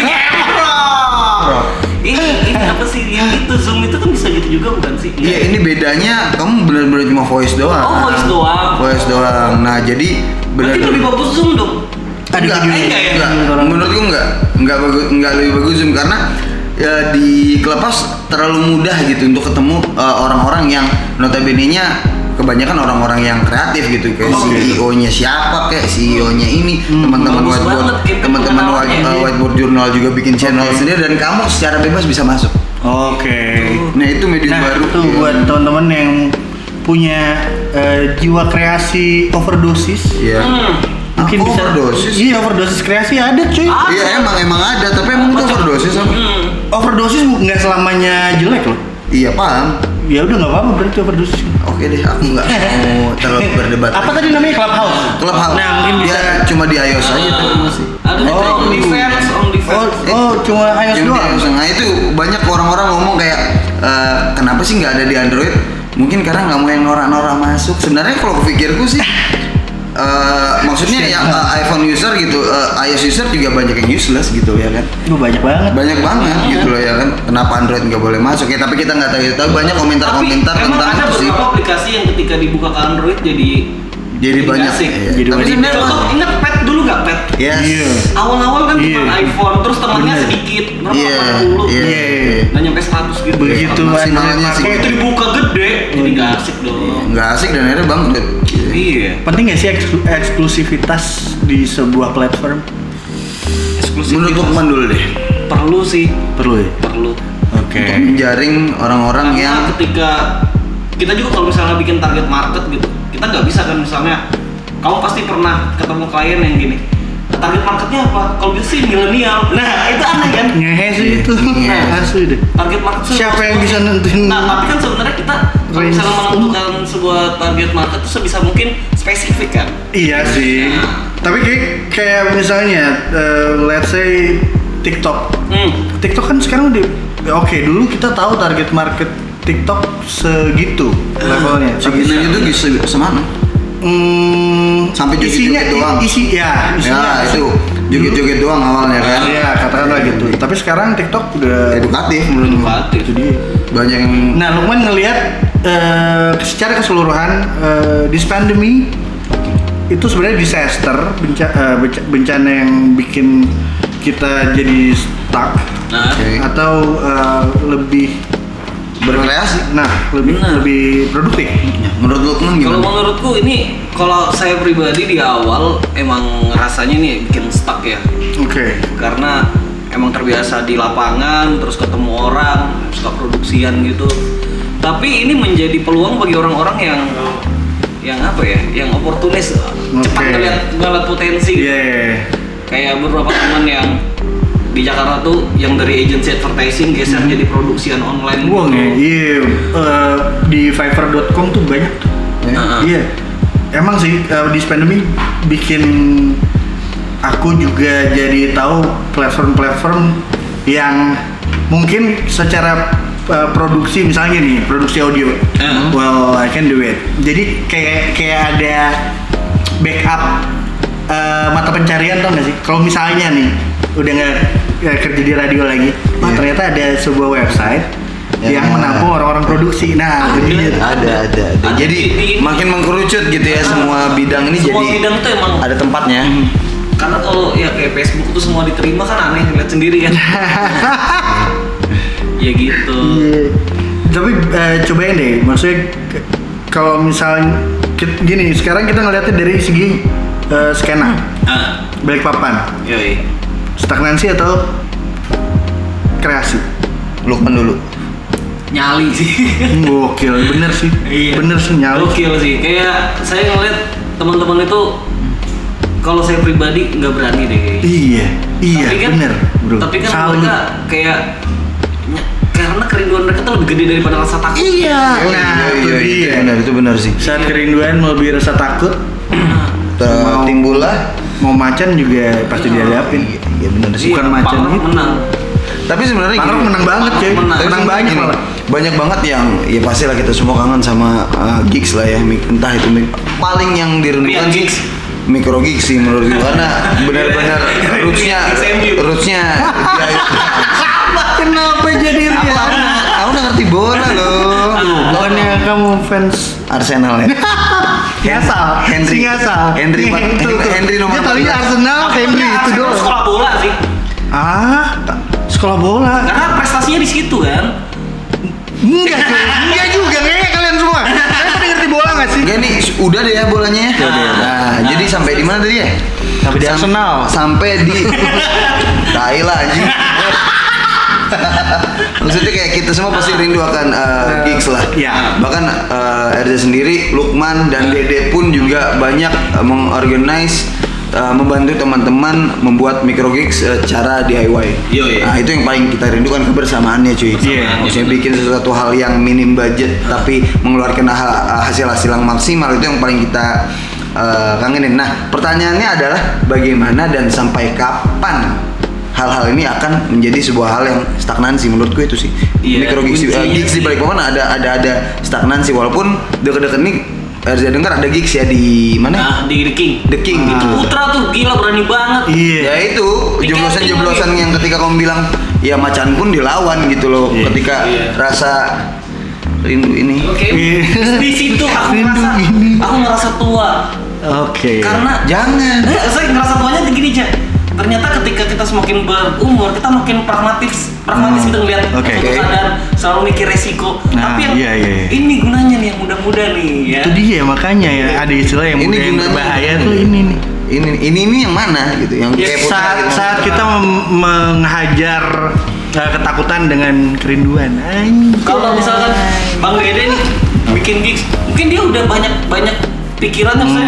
Camfrog. Ini ini apa sih yang itu Zoom itu kan bisa gitu juga bukan sih? Iya, ini bedanya kamu benar-benar cuma voice doang. Oh, voice doang. Voice doang. Nah, jadi Berarti lebih bagus Zoom dong. Ada enggak, videonya. enggak ya? enggak. Orang- Menurutku enggak, enggak bagus, enggak lebih bagus Zoom karena ya di Clubhouse terlalu mudah gitu untuk ketemu uh, orang-orang yang notabene-nya kebanyakan orang-orang yang kreatif gitu kayak Oke. C E O-nya siapa kayak C E O-nya ini, Hmm, teman-teman bagus whiteboard, banget gitu teman-teman white, kenalannya. uh, whiteboard journal juga bikin channel Oke. sendiri dan kamu secara bebas bisa masuk. Oke. Nah, itu medium Nah, baru. itu Iya. buat teman-teman yang punya uh, jiwa kreasi overdosis. Iya. Hmm. Mungkin Ah, bisa overdosis? Iya, overdosis kreasi ada, cuy. Ah. Iya, emang emang ada, tapi emang itu overdosis apa? Hmm. Overdosis nggak selamanya jelek loh. Iya, paham. Ya udah nggak apa-apa berarti overdosis. Oke deh, aku nggak mau terlalu berdebat. Apa lagi. tadi namanya Clubhouse? Clubhouse. Nah, mungkin bisa. Dia cuma di iOS aja tapi masih. Ada Oh. on defense, on Oh, defense. oh cuma iOS Cuma di doang. iOS. Nah itu banyak orang-orang ngomong kayak eh, kenapa sih nggak ada di Android? Mungkin karena nggak mau yang norak-norak masuk. Sebenarnya kalau pikirku sih, eh, maksudnya yang eh, iPhone user gitu, eh, iOS user juga banyak yang useless gitu ya kan? Lu banyak banget. Banyak banget gitu loh ya kan? Kenapa Android nggak boleh masuk ya? Tapi kita nggak tahu. Tahu banyak Tapi komentar-komentar emang tentang ada itu sih. beberapa aplikasi yang ketika dibuka ke Android jadi Jadi banyak. asik. Iya. Jadi Tapi banyak. sebenarnya Contoh ingat pet dulu nggak pet? Yes. Iya. Awal-awal kan cuma Iya. iPhone, terus temannya Bener. sedikit, berapa Iya, delapan puluh, iya. Iya. nggak nyampe seratus gitu. Begitu Maksimalnya Android sih. pakai Itu dibuka gede, jadi nggak asik dong. Nggak asik dan akhirnya bangkrut. Iya. penting nggak sih eksklu- eksklusivitas di sebuah platform? Eksklusif. Menurut Lukman dulu deh. Perlu sih, Perlu ya? perlu. Oke. Untuk menjaring orang-orang Karena yang ketika kita juga kalau misalnya bikin target market gitu, kita nggak bisa kan misalnya kamu pasti pernah ketemu klien yang gini, target marketnya apa? Kalau gitu sih milenial. Nah itu aneh kan? Ngehe sih itu. Nah, Asli deh. target market tuh- Siapa yang bisa nentuin? Nah tapi kan sebenarnya kita kalau Range. misalnya menentukan sebuah target market itu sebisa mungkin spesifik kan. Iya sih. Tapi kayak kayak misalnya eh, let's say TikTok. Hmm. TikTok kan sekarang udah oke, dulu kita tahu target market TikTok segitu levelnya. Segitu itu bisa semana? Hmm, Sampai isinya joget-joget doang. isi ya, isinya Ya itu joget-joget doang awalnya kan. Iya, katakanlah gitu. Tapi sekarang TikTok udah Edukatif menurut gua. Edukatif. itu dia. Banyak yang Nah, Lukman ngelihat eh, secara keseluruhan eh, this pandemi itu sebenarnya disaster, benca- eh, benca- bencana yang bikin kita jadi stuck Nah, Oke. atau eh, lebih berkreasi. nah lebih Benar. lebih produktif. Menurut Lukman kalau gimana? menurutku ini kalau saya pribadi di awal emang rasanya nih bikin stuck ya. Oke. Karena emang terbiasa di lapangan terus ketemu orang suka produksian gitu, tapi ini menjadi peluang bagi orang-orang yang yang apa ya, yang oportunis, cepat Oke. ngeliat ngeliat potensi. Iya. iya, iya. Kayak beberapa teman yang di Jakarta tuh yang dari agency advertising geser Hmm. jadi produksian online Uang ya, gitu. iya. Eh, di fiverr dot com tuh banyak tuh. Heeh. Iya. Emang sih eh, di pandemi bikin aku juga jadi tahu platform-platform yang mungkin secara eh, produksi misalnya nih, produksi audio. Heeh. Well, I can do it. Jadi kayak kayak ada backup eh, mata pencarian, tau gak sih? Kalau misalnya nih udah nggak nggak kerja di radio lagi, wah Iya. ternyata ada sebuah website Ya. yang menampung orang-orang produksi. Nah, Ada. itu dia tuh. Ada, ada, ada. Ada Jadi di- di- makin mengkerucut gitu ya semua bidang ini Semua jadi bidang tuh emang ada tempatnya. karena kalau ya kayak Facebook tuh semua diterima kan aneh, lihat sendiri kan. Ya gitu. Iya. Tapi eh, cobain deh, maksudnya ke- kalau misalnya ki- gini, sekarang kita ngeliatnya dari segi eh, skena, Ah, balik papan, yoi. stagnansi atau kreasi. Lukman dulu. Nyali sih. Gokil, bener sih, Iya. bener sih nyali. Gokil sih. Kayak saya ngeliat teman-teman itu kalau saya pribadi nggak berani deh. Iya, iya, Tapi kan- bener, bro. Tapi kan Salut. mereka kayak ny- karena kerinduan mereka tuh lebih gede daripada rasa takut. Iya, Oh, nah iya, itu iya, itu dia. benar, itu benar sih. Saat kerinduan lebih rasa takut, Ter- Mau- Timbullah. mau macan juga pasti dihadapin. Iya, iya benar sih. Bukan Iya, macan Parok gitu. menang. Tapi sebenarnya Parok gini, menang banget cuy, Menang. tapi menang sebenarnya banyak gini, malah. banyak banget yang ya pastilah kita semua kangen sama uh, gigs lah ya, mik- entah itu mik- paling yang dirindukan Iya, sih gigs. micro gigs sih menurut gue karena benar-benar rootsnya Gigs M U. rootsnya dia Kenapa jadi Rihanna? kamu udah ngerti bola loh. Bukannya kamu fans Arsenal ya. Ngasal, Henry. si ngasal. Henry Iya, Pat- itu tuh. Henry nomor Dia taunya empat belas. Arsenal, Henry Iya, itu Arsenal doang. sekolah bola sih. Ah, ta- sekolah bola. Karena prestasinya di situ kan. Enggak cuy, enggak juga kayak kalian semua. Kalian pada ngerti bola nggak sih? Enggak nih, udah deh ya bolanya ya. Udah, Nah, udah. jadi sampai di mana tadi ya? Sampai di Sam- Arsenal. Sampai di Tai lah anjing. Maksudnya kayak kita semua pasti rindu akan uh, gigs lah. Iya. Bahkan uh, R Z sendiri, Lukman dan Dede pun juga banyak uh, mengorganize uh, membantu teman-teman membuat micro gigs uh, secara D I Y. Iya, iya. Nah, itu yang paling kita rindukan kebersamaannya cuy. Iya. Maksudnya bikin sesuatu hal yang minim budget tapi mengeluarkan ha- hasil-hasil yang maksimal itu yang paling kita uh, kangenin. Nah, pertanyaannya adalah bagaimana dan sampai kapan hal-hal ini akan menjadi sebuah hal yang stagnansi menurutku itu sih. Iya, Micro gigs, uh, kuncinya gigs di sih. Balikpapan ada ada ada stagnansi walaupun deket-deket nih R Z dengar ada gigs ya di mana? Nah, di The King. The King Di gitu. Putra tuh gila berani banget. Iya. Ya itu Tiketing joblosan-joblosan lagi. yang ketika kamu bilang ya macan pun dilawan gitu loh Iya. ketika Iya. rasa rindu ini. Oke. Iya. Di situ aku Rindu ngerasa gini. aku ngerasa tua. Oke. Karena Jangan. Eh, saya ngerasa tuanya tuh gini, Cak. Ternyata ketika kita semakin berumur, kita makin pragmatis, pragmatis Hmm, gitu ngeliat oke. suatu Oke. keadaan, selalu mikir resiko. Nah, Tapi yang iya, iya, iya. ini gunanya nih yang muda-muda nih ya. Itu dia makanya ya ada istilah yang Ini muda yang gunanya. berbahaya tuh ini nih. Ini ini ini yang mana gitu yang Ya, kayak Putra Saat gitu. saat kita mem- menghajar eh, ketakutan dengan kerinduan. Anjay. Kalau misalkan Bang Dede nih bikin gigs, mungkin dia udah banyak banyak pikirannya, Hmm. maksudnya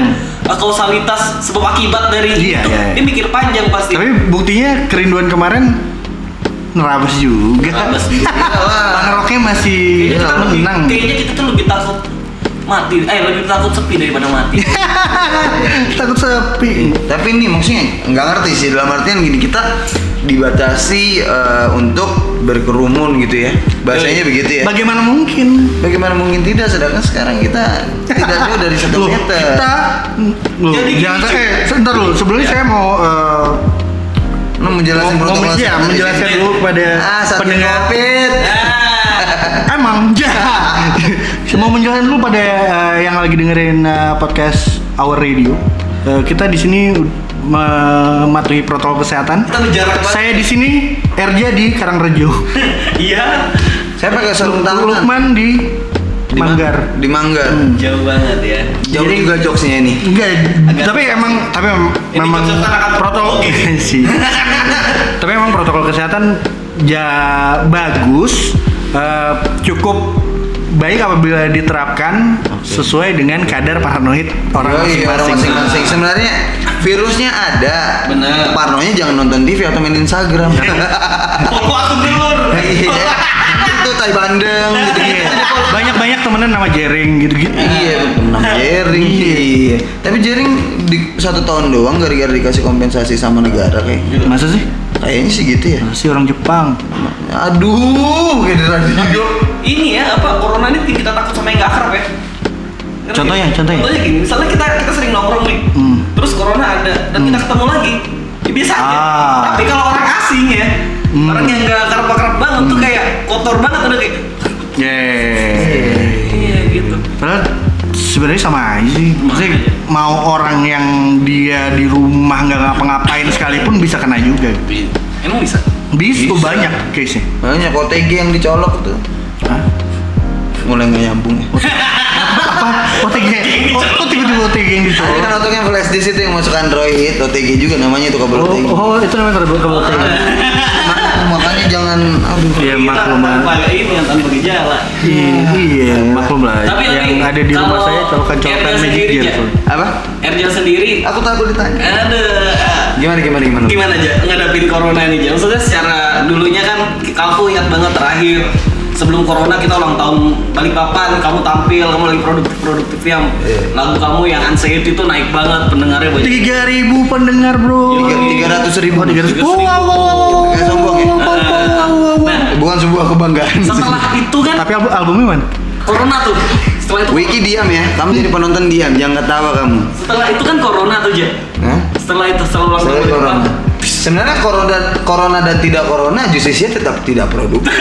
kausalitas sebab akibat dari Iya, itu. iya, iya. Dia mikir panjang pasti. Tapi buktinya kerinduan kemarin nerabas juga. Nerabas juga. Pangeroknya masih Kayaknya kita lebih, menang. kayaknya kita tuh lebih takut mati, eh lebih takut sepi daripada mati. Takut sepi. Tapi ini maksudnya nggak ngerti sih, dalam artian gini, kita dibatasi eh, untuk berkerumun gitu ya, bahasanya begitu ya. Bagaimana mungkin? Bagaimana mungkin tidak, sedangkan sekarang kita tidak jauh dari satu Loh, meter. kita loh, Jadi jangan gini, eh sebentar dulu. Sebelumnya saya mau eh, Lu menjelaskan mau, mau protokol ya, kesehatan di menjelaskan sini. dulu kepada Ah, saat pendengar. COVID. Ah, Emang ya. Saya mau menjelaskan dulu pada eh, yang lagi dengerin eh, podcast Our Radio. Eh, kita di sini mematuhi protokol kesehatan. kita berjarak banget. Saya di sini, Erja di Karangrejo. Iya, Saya pakai sarung tangan. Lukman di Di Ma- Manggar. Di Manggar. jauh banget ya. Jauh Jadi- juga jokesnya ini. Enggak, Agak- tapi emang tapi mem- Ini memang konsep anak-anak protokol teknologi. sih. Tapi memang protokol kesehatan ya bagus, eh, cukup baik apabila diterapkan sesuai dengan kadar paranoid orang Yoi, orang masing-masing. masing-masing. Sebenarnya virusnya ada. Bener. Parnonya jangan nonton T V atau main Instagram. Follow akun dulu. Iya. Itu tai bandeng gitu. Iya. Banyak-banyak temenan nama Jering gitu-gitu. Iya, nama Jering. Iya. Tapi Jering di satu tahun doang gara-gara dikasih kompensasi sama negara kayak. Masa sih? Kayaknya sih gitu ya. Masih orang Jepang. Aduh, generasi hidup. Ini ya apa corona ini bikin kita takut sama yang gak akrab ya. Ngerti Contohnya, nggak? contohnya. Contohnya gini, misalnya kita kita sering nongkrong nih, Hmm. terus corona ada dan kita ketemu lagi, ya biasa aja. Ah. Tapi kalau orang asing ya, Hmm. orang yang gak akrab-akrab banget tuh kayak kotor banget udah kayak. Yeay. Iya gitu. Padahal sebenarnya sama aja sih. Maksudnya aja. mau orang yang dia di rumah nggak ngapa-ngapain sekalipun bisa kena juga. Emang bisa? Bisa, Bisa. banyak case-nya. Banyak O T G yang dicolok tuh. Hah? Mulai nggak nyambung ya. Apa? O T G? Oh, kok tiba-tiba O T G yang Ada dicolok? kan otaknya flash disk itu yang masuk Android, O T G juga namanya itu kabel O T G. Oh, oh, itu namanya kabel kabel O T G. Ma- Makanya jangan, aduh. Iya, Kita maklum lah. tanpa ini yang tanpa gejala. Iya, iya, maklum lah. Tapi Yang tapi ada di rumah kalau saya colokan-colokan Erja Magic sendiri, Gear. Ja. soalnya. Apa? Erja sendiri, Aku takut ditanya. ada Gimana gimana gimana? gimana aja ngadapin corona ini aja? Maksudnya secara dulunya kan aku ingat banget terakhir sebelum corona kita ulang tahun Balikpapan, kamu tampil, kamu lagi produktif-produktif yang Iya. lagu kamu yang Anxiety itu naik banget pendengarnya banyak. Tiga ribu pendengar bro. Tiga- tiga ratus ribu. Oh, tiga ratus. Tiga ratus ribu. Wow, wow, wow, wow, Kayak sombong ya? wow, wow, wow, wow, wow. Nah, Bukan sebuah kebanggaan. setelah itu kan Tapi album albumnya mana? corona tuh. Setelah itu Wiki diam ya, kamu jadi penonton diam, jangan ketawa kamu. setelah itu kan corona tuh, Ja. Hah? Setelah itu setelah ulang tahun Saya corona. Balikpapan. Sebenarnya corona, corona dan tidak corona justisia tetap tidak produktif.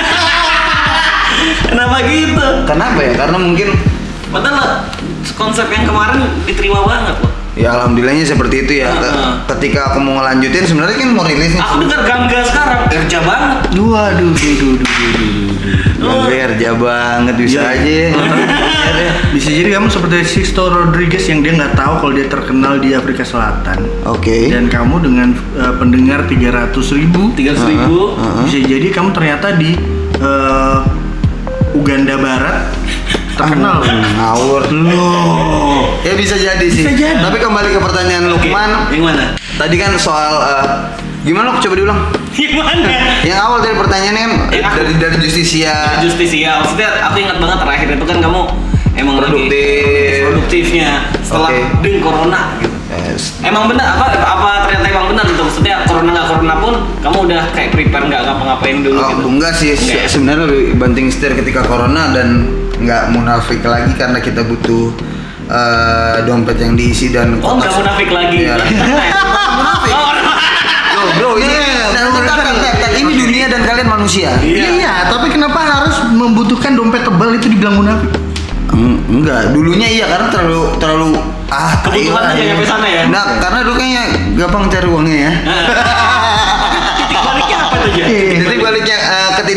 Kenapa gitu? Kenapa ya? Karena mungkin Padahal konsep yang kemarin diterima banget loh. ya alhamdulillahnya seperti itu ya. Ke- Heeh. Ketika aku mau ngelanjutin sebenarnya kan mau rilis nih. Aku dengar Gangga sekarang kerja banget. Waduh, duh, duh, duh, duh, duh. Gangga kerja banget bisa Iya. aja. Bisa jadi kamu seperti Sixto Rodriguez yang dia nggak tahu kalau dia terkenal di Afrika Selatan. Oke. Dan kamu dengan uh, pendengar tiga ratus ribu, tiga ratus ribu. Heeh. bisa jadi kamu ternyata di uh, Uganda Barat terkenal. Ngawur. Loh. Ya bisa jadi sih. Bisa jadi. Tapi kembali ke pertanyaan Lukman. Yang mana? Tadi kan soal eh, gimana? Coba diulang. Gimana? Yang awal dari pertanyaannya kan eh, Ya. dari dari justisia. Justisia. Maksudnya aku ingat banget terakhir itu kan kamu emang Produktif. lagi produktifnya setelah Oke. ding corona gitu. Yes. Emang benar apa apa ternyata emang benar gitu. Maksudnya corona nggak corona pun kamu udah kayak prepare nggak ngapa-ngapain dulu Oh, gitu. enggak sih, Enggak ya? sebenarnya lebih banting setir ketika corona dan nggak munafik lagi karena kita butuh eh, dompet yang diisi dan Oh nggak kotak- munafik lagi. Iya. Munafik. Oh, Bro, bro, ini, Iya, dan- bro, dan- dan- dan- dan- ini dunia dan kalian manusia. Iya. Iya, tapi kenapa harus membutuhkan dompet tebal itu dibilang munafik? Eng- enggak, dulunya iya karena terlalu terlalu ah Kebutuhan tai lah, aja nyampe sana ya? Nah, karena dulu kayaknya gampang cari uangnya ya. Titik baliknya apa tuh, Ja? Jadi baliknya eh, ketidakproduktifan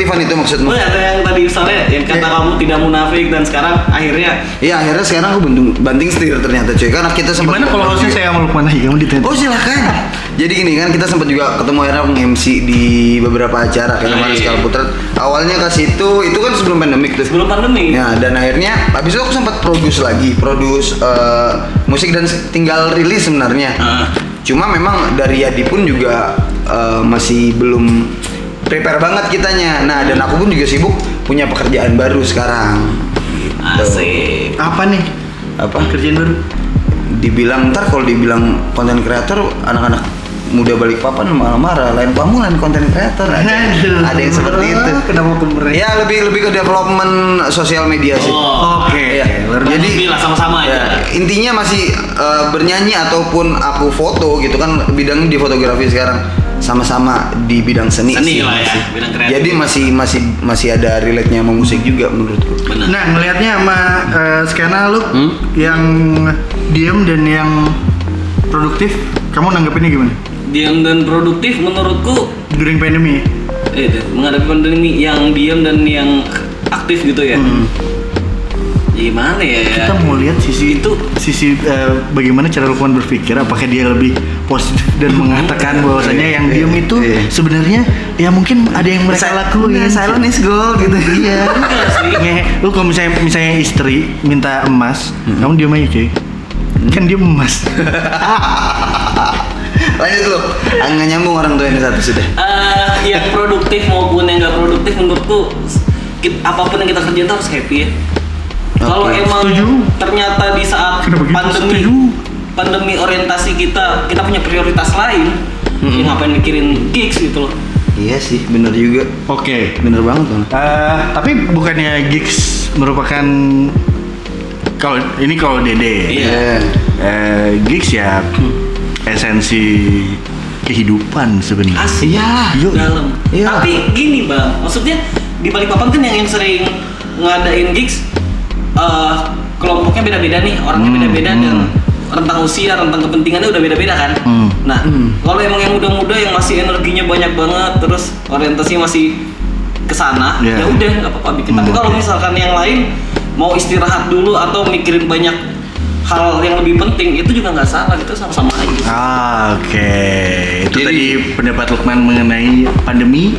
Ivan itu maksudmu? Oh ya, ada yang tadi misalnya yang kata Ya. kamu tidak munafik dan sekarang akhirnya Iya akhirnya sekarang aku banting, banting setir ternyata cuy. Karena kita sempat. Gimana kalau hostnya saya sama Lukman aja, kamu ditanya. Oh silakan. Jadi gini kan kita sempat juga ketemu akhirnya nge-M C di beberapa acara kayak kemarin Iya. Skala Putra. Awalnya ke situ itu kan sebelum pandemik tuh. sebelum pandemi. Ya dan akhirnya habis itu aku sempat produce lagi, produce eh, musik dan tinggal rilis sebenarnya. Ah. Cuma memang dari Yadi pun juga eh, masih belum prepare banget kitanya. Nah dan aku pun juga sibuk punya pekerjaan baru sekarang. Gitu. Asik. Apa nih? Apa? Kerjaan baru? Dibilang ntar kalau dibilang konten kreator anak-anak muda Balikpapan malah marah. Lain kamu lain konten kreator. Ada, Aduh. ada yang seperti itu. Kenapa kemarin? Ya lebih lebih ke development sosial media sih. Oh, Oke. Iya. Luar Jadi Jadi lah sama-sama ya, aja. intinya masih eh, bernyanyi ataupun aku foto gitu kan bidangnya di fotografi sekarang sama-sama di bidang seni. Seni sih, lah ya, masih. bidang kreatif. Jadi masih masih masih ada relate-nya sama musik juga menurutku. Benar. Nah, ngelihatnya sama eh, skena lu Hmm? yang diem dan yang produktif, kamu nanggepinnya gimana? Diam dan produktif menurutku During pandemi. eh deh, menghadapi pandemi yang diam dan yang aktif gitu ya. Hmm. Gimana ya? Kita mau lihat sisi itu sisi eh, bagaimana cara Lukman berpikir, apakah dia lebih positif dan mengatakan bahwasanya yang diem itu Iya. sebenarnya ya mungkin ada yang mereka lakuin. Silent is gold gitu. Iya. Enggak sih. Ngehe, lu kalau misalnya misalnya istri minta emas, kamu diem aja cuy. Kan dia emas. Lanjut lu. Nggak nyambung orang tua ini satu sudah. Eh, yang produktif maupun yang nggak produktif menurutku kit- apapun yang kita kerjain tuh harus happy ya. Kalau Oke, emang setuju. ternyata di saat Kenapa gitu? pandemi Setuju. pandemi orientasi kita kita punya prioritas lain, ya ngapain mikirin gigs gitu loh. Iya sih, bener juga. Oke. Bener banget bang. Eh, tapi bukannya gigs merupakan kalau ini kalau Dede ya. Iya. Eh, gigs ya esensi kehidupan sebenarnya. Asik. Iya. Yuk. Dalam. Iya. Tapi gini bang, maksudnya di Balikpapan kan yang yang sering ngadain gigs eh, kelompoknya beda-beda nih, orangnya Hmm, beda-beda hmm. dan rentang usia, rentang kepentingannya udah beda-beda kan. Hmm. Nah, Hmm. kalau emang yang muda-muda yang masih energinya banyak banget, terus orientasinya masih ke sana, Yeah. ya udah nggak apa-apa bikin. Hmm, Tapi kalau oke. misalkan yang lain mau istirahat dulu atau mikirin banyak hal yang lebih penting, itu juga nggak salah, itu sama-sama aja. Ah, oke. Itu Jadi- tadi pendapat Lukman mengenai pandemi,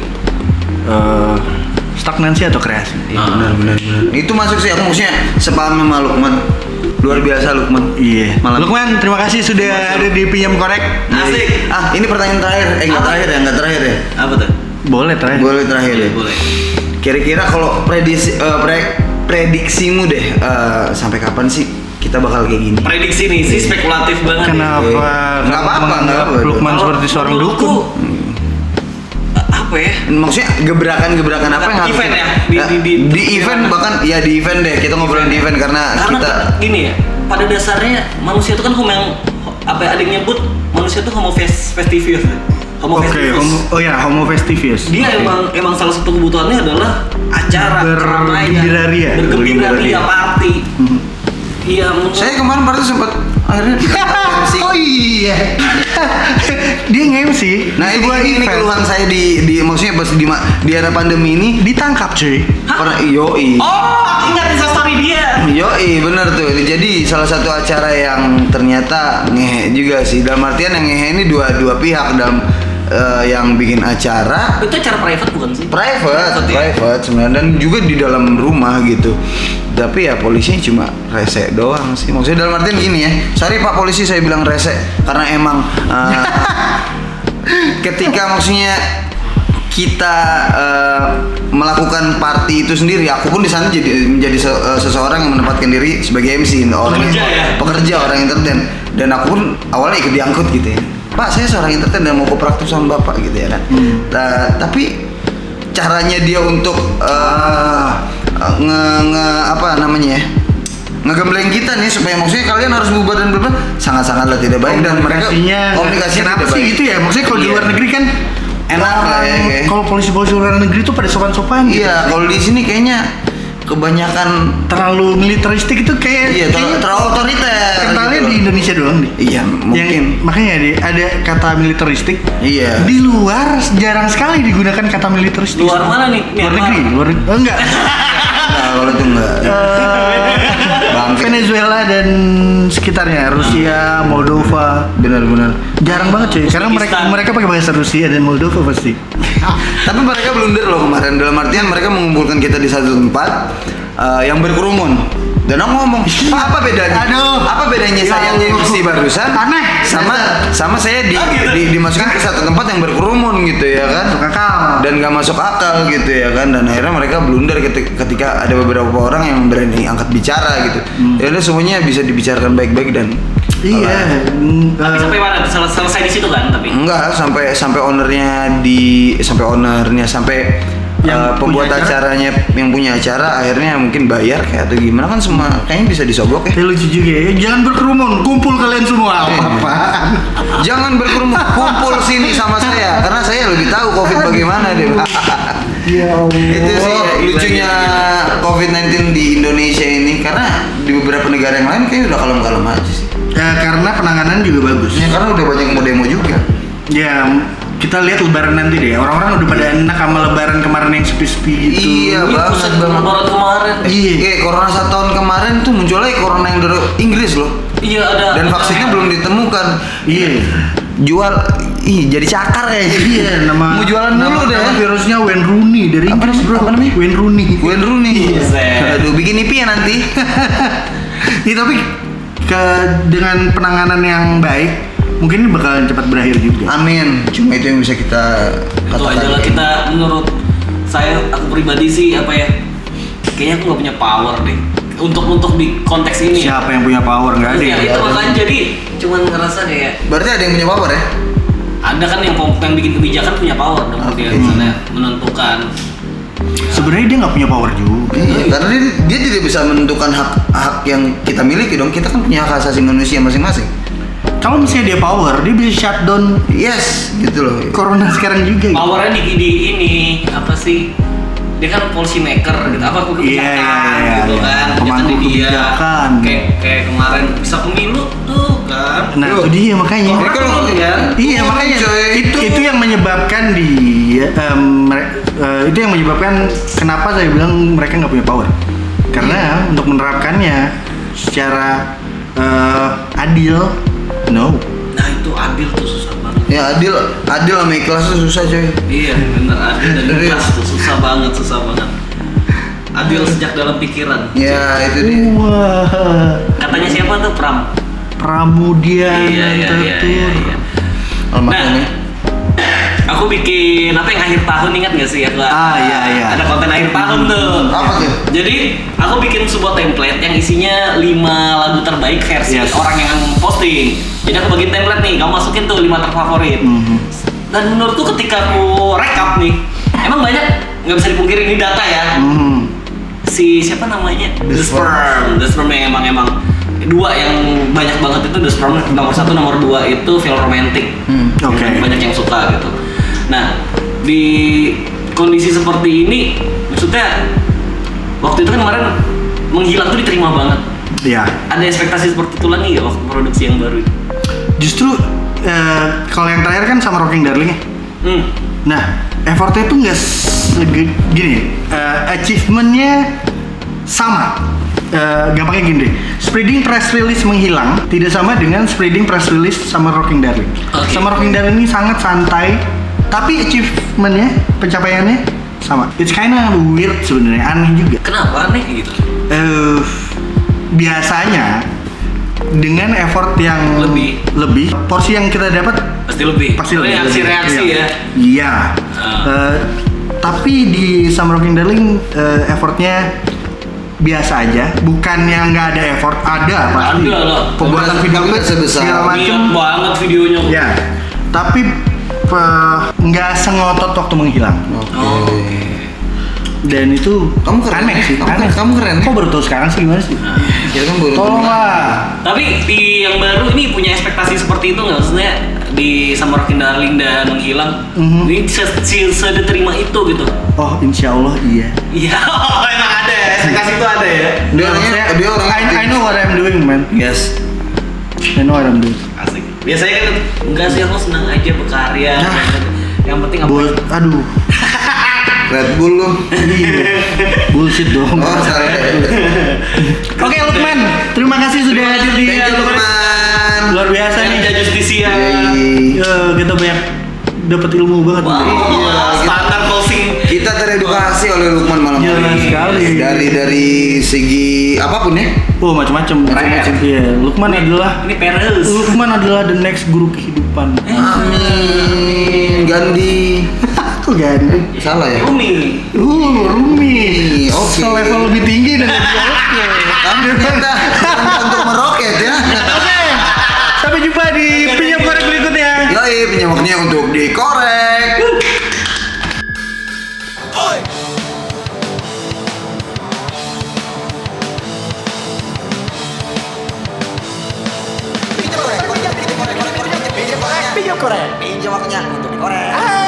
eh, stagnansi atau kreasi. Iya benar benar benar. Itu masuk sih aku maksudnya sepaham sama Lukman. Luar biasa Lukman. Iya. Malam. Lukman, terima kasih sudah ada di Pinjam Korek. Asik. Ah, ini pertanyaan terakhir. Eh enggak Apa? terakhir ya, enggak terakhir ya. Apa tuh? Boleh terakhir. Boleh terakhir ya. Boleh. Kira-kira kalau prediksi eh, pre- prediksimu deh eh, sampai kapan sih kita bakal kayak gini? Prediksi nih sih spekulatif banget. nih. Kenapa? Nggak kamu apa-apa, menganggap nggak apa-apa. Lukman Kalau seperti seorang menurutku, dukun. eh, apa ya? Maksudnya gebrakan-gebrakan apa yang harus Event kita- ya? Di- Nah, di- di- di event bahkan ya di event deh kita ngobrolin di event karena, Karena kita gini ya, pada dasarnya manusia itu kan homo yang apa ya, ada yang nyebut manusia itu homo fes- festivus. Homo Oke, festivus. homo- oh ya, homo festivus. Dia Oke. emang emang salah satu kebutuhannya adalah acara, keramaian, Bergembira ria. bergembira Bergembira ria, ria. party. Mhm. Iya, menurut saya kemarin baru sempat akhirnya M C. Oh iya. Dia nge-M C. Nah ini, ini keluhan saya di, di maksudnya pas di, ma- di era pandemi ini ditangkap cuy. pernah yoi Oh, ingat instastory dia. yoi bener tuh. Jadi salah satu acara yang ternyata ngehe juga sih. Dalam artian yang ngehe ini dua dua pihak dalam eh, yang bikin acara Itu acara private bukan sih? private, ya? private sebenarnya dan juga di dalam rumah gitu. Tapi ya polisinya cuma rese doang sih. Maksudnya dalam artian gini ya. Sorry Pak polisi saya bilang rese karena emang eh, ketika maksudnya kita eh, melakukan party itu sendiri, aku pun di sana jadi menjadi se- eh, seseorang yang menempatkan diri sebagai M C, orang Pekerja ya? pekerja orang entertain dan aku pun awalnya ikut diangkut gitu ya. Pak saya seorang entertain dan mau kooperatif sama bapak gitu ya kan. Nah, tapi caranya dia untuk eh, nge, nge apa namanya ya ngegembleng kita nih supaya maksudnya kalian harus bubar dan berubah sangat-sangatlah tidak baik dan mereka Komunikasinya, komunikasinya kenapa tidak sih baik. gitu ya? Maksudnya kalau di Iya. luar negeri kan Enak lah ya, orang- kayak. kalau polisi-polisi luar negeri tuh pada sopan-sopan gitu. Iya, kalau di sini kayaknya kebanyakan terlalu militeristik itu kayak iya terlalu, terlalu otoriter. Kentalnya gitu di loh. Indonesia doang nih. Iya, mungkin. Yang, makanya deh, ada kata militeristik. Iya. Di luar jarang sekali digunakan kata militeristik. Luar mana nih? Luar negeri, luar negeri. Oh, enggak. Nah, kalau itu enggak. Eh, Venezuela dan sekitarnya, Rusia, Moldova. Benar-benar. Jarang banget cuy, karena mereka Uzbekistan. mereka pakai bahasa Rusia dan Moldova pasti. Tapi mereka blunder loh kemarin. Dalam artian mereka mengumpulkan kita di satu tempat uh, yang berkerumun. Dan aku ngomong, Pak, apa bedanya? Aduh. Apa bedanya Ya saya Allah. M C barusan? Aneh. Sama sama saya di, Oh, gitu. di dimasukin ke satu tempat yang berkerumun gitu ya kan? Masuk akal. Dan gak masuk akal gitu ya kan, dan akhirnya mereka blunder ketika, ketika ada beberapa orang yang berani angkat bicara gitu. Hmm. Ya udah semuanya bisa dibicarakan baik-baik dan Iya. mm, Tapi eh, sampai mana? Sel- selesai di situ kan? Tapi enggak sampai sampai ownernya di sampai ownernya sampai Yang uh, pembuat punya acara? acaranya yang punya acara akhirnya mungkin bayar kayak atau gimana kan semua kayaknya bisa disobok ya. Ya lucu juga ya. Jangan berkerumun, kumpul kalian semua. Iya. Apa-apaan? Jangan berkerumun, kumpul sini sama saya karena saya lebih tahu Covid bagaimana deh. Ya Allah. Itu sih Oh, lucunya covid sembilan belas di Indonesia ini karena di beberapa negara yang lain kayaknya udah kalem-kalem aja sih. Ya, karena penanganan juga bagus. Ya karena udah banyak mau demo juga. Ya, kita lihat lebaran nanti deh. Orang-orang udah pada enak sama lebaran kemarin yang sepi-sepi gitu. Iya, Iya, banget pusat banget. lebaran kemarin. Iya. Eh, corona satu tahun kemarin tuh muncul lagi corona yang dari Inggris loh. Iya ada. Dan ada- vaksinnya belum ditemukan. Iya. Jual, ih jadi cakar ya. Iya, nama Mau jualan nama, dulu deh. nama virusnya Wayne Rooney dari Apa Inggris, namanya? bro. Apa namanya? Wayne Rooney. Wayne Rooney. Buset. Aduh, bikin I P ya nanti. Iya, tapi ke dengan penanganan yang baik, mungkin ini bakalan cepat berakhir juga. Amin. Cuma itu yang bisa kita Itu katakan. aja lah kita menurut saya aku pribadi sih apa ya? Kayaknya aku nggak punya power deh untuk untuk di konteks ini. Siapa yang punya power nggak ada? Ya, ya? itu makanya jadi cuman ngerasa kayak Berarti ada yang punya power ya? ada kan yang pom- yang bikin kebijakan punya power dong Oke. dia misalnya menentukan. Sebenarnya dia nggak punya power juga. Iya, karena dia, dia tidak bisa menentukan hak hak yang kita miliki dong. Kita kan punya hak asasi manusia masing-masing. Kalau misalnya dia power, dia bisa shutdown Yes, gitu loh. corona sekarang juga. gitu. Powernya di, di ini apa sih? Dia kan policy maker gitu, apa kebijakan Iya, iya, iya, gitu iya. kan, Pemangku kebijakan dia. kebijakan. Kayak kayak kemarin bisa pemilu tuh kan. Nah, Yo. itu dia makanya. Corona Kalau- tuh kan. Iya Oh, makanya coy. itu itu yang menyebabkan di em, mere- eh, itu yang menyebabkan kenapa saya bilang mereka nggak punya power karena untuk menerapkannya secara eh, adil no. Nah itu adil tuh susah banget. Ya adil, adil sama ikhlas tuh susah coy. Iya bener adil dan Bener. ikhlas tuh susah banget susah banget. Adil sejak dalam pikiran. Ya itu dia. Wah, Katanya siapa tuh Pram? Pramudia Iya iya iya iya. iya. Almarhum ya. Aku bikin apa yang akhir tahun ingat gak sih aku? Ah, iya, iya. Ada konten akhir tahun tuh. Apa tuh? Jadi aku bikin sebuah template yang isinya lima lagu terbaik versi Yes. orang yang posting. Jadi aku bagiin template nih, kamu masukin tuh lima terfavorit. Mhm. Dan menurutku ketika aku rekap nih, emang banyak nggak bisa dipungkiri ini data ya. Mhm. Si siapa namanya? The The Sperm. Sperm. The Sperm yang emang emang dua yang banyak banget itu The Sperm nomor satu nomor dua itu film romantic. Hmm. Oke. Banyak yang suka gitu. Nah di kondisi seperti ini, maksudnya waktu itu kan kemarin menghilang tuh diterima banget. Ya, Ada ekspektasi seperti itu lagi ya waktu produksi yang baru itu? justru eh, kalau yang terakhir kan sama Rocking Darling ya. Hmm. Nah, effortnya tuh nggak sege- gini, eh, achievementnya sama. Eh, gampangnya gini deh, spreading press release menghilang tidak sama dengan spreading press release sama Rocking Darling. Oke. Sama Rocking Darling ini sangat santai, tapi achievementnya, pencapaiannya sama. It's kinda weird sebenarnya, aneh juga. Kenapa aneh gitu? Eh, biasanya dengan effort yang Lebih. lebih, porsi yang kita dapat Pasti lebih. pasti lebih. Reaksi-reaksi Iya. ya. Iya. Ah. Eh, tapi di Summer Rocking Darling eh, effortnya biasa aja, bukan yang nggak ada effort, ada pasti. Ada lah. Pembuatan Tapi video nggak klip sebesar. segala Niat macam. banget videonya. Ya. Tapi eh, nggak sengotot waktu menghilang. Oh. Dan itu Kamu keren aneh ya? sih, Kamu- aneh. kamu keren ya? Kok baru tahu sekarang sih gimana sih? Ya kan baru Tolonglah. Tapi di yang baru ini punya ekspektasi seperti itu nggak? Maksudnya di Summer Rocking Darling dan menghilang, Mhm. ini se- se- sedeterima itu gitu. Oh, insya Allah iya. Iya, emang ada ekspektasi Dia orangnya, dia orang I, I know what I'm doing, man. Yes. I know what I'm doing. Asik. Biasanya kan enggak sih, aku senang aja berkarya. Nah. Yang penting apa? Buat, aduh, Red Bull lu. bullshit dong. Oh, sorry. Oke, Lukman, terima kasih sudah hadir di Thank you, Lukman. luar biasa nih. Yang justisia. Yeay. Ya, kita banyak dapat ilmu banget. Wow, Iya, standar closing. Kita teredukasi oleh Lukman malam Jelas ini. sekali. Dari dari segi apapun ya. Oh, macam-macam. Macam-macam. Iya, Lukman adalah Ini peres. Lukman adalah the next guru kehidupan. Amin. Gandhi. Aku ganti. Salah ya? Umi. Uh, Rumi. Oke. Selevel lebih tinggi dari dia. Oke. Kami kita untuk meroket ya. Oke. Sampai jumpa di pinjam korek berikutnya. Yoi, penyemaknya untuk dikorek. Pinjam waktunya untuk dikorek.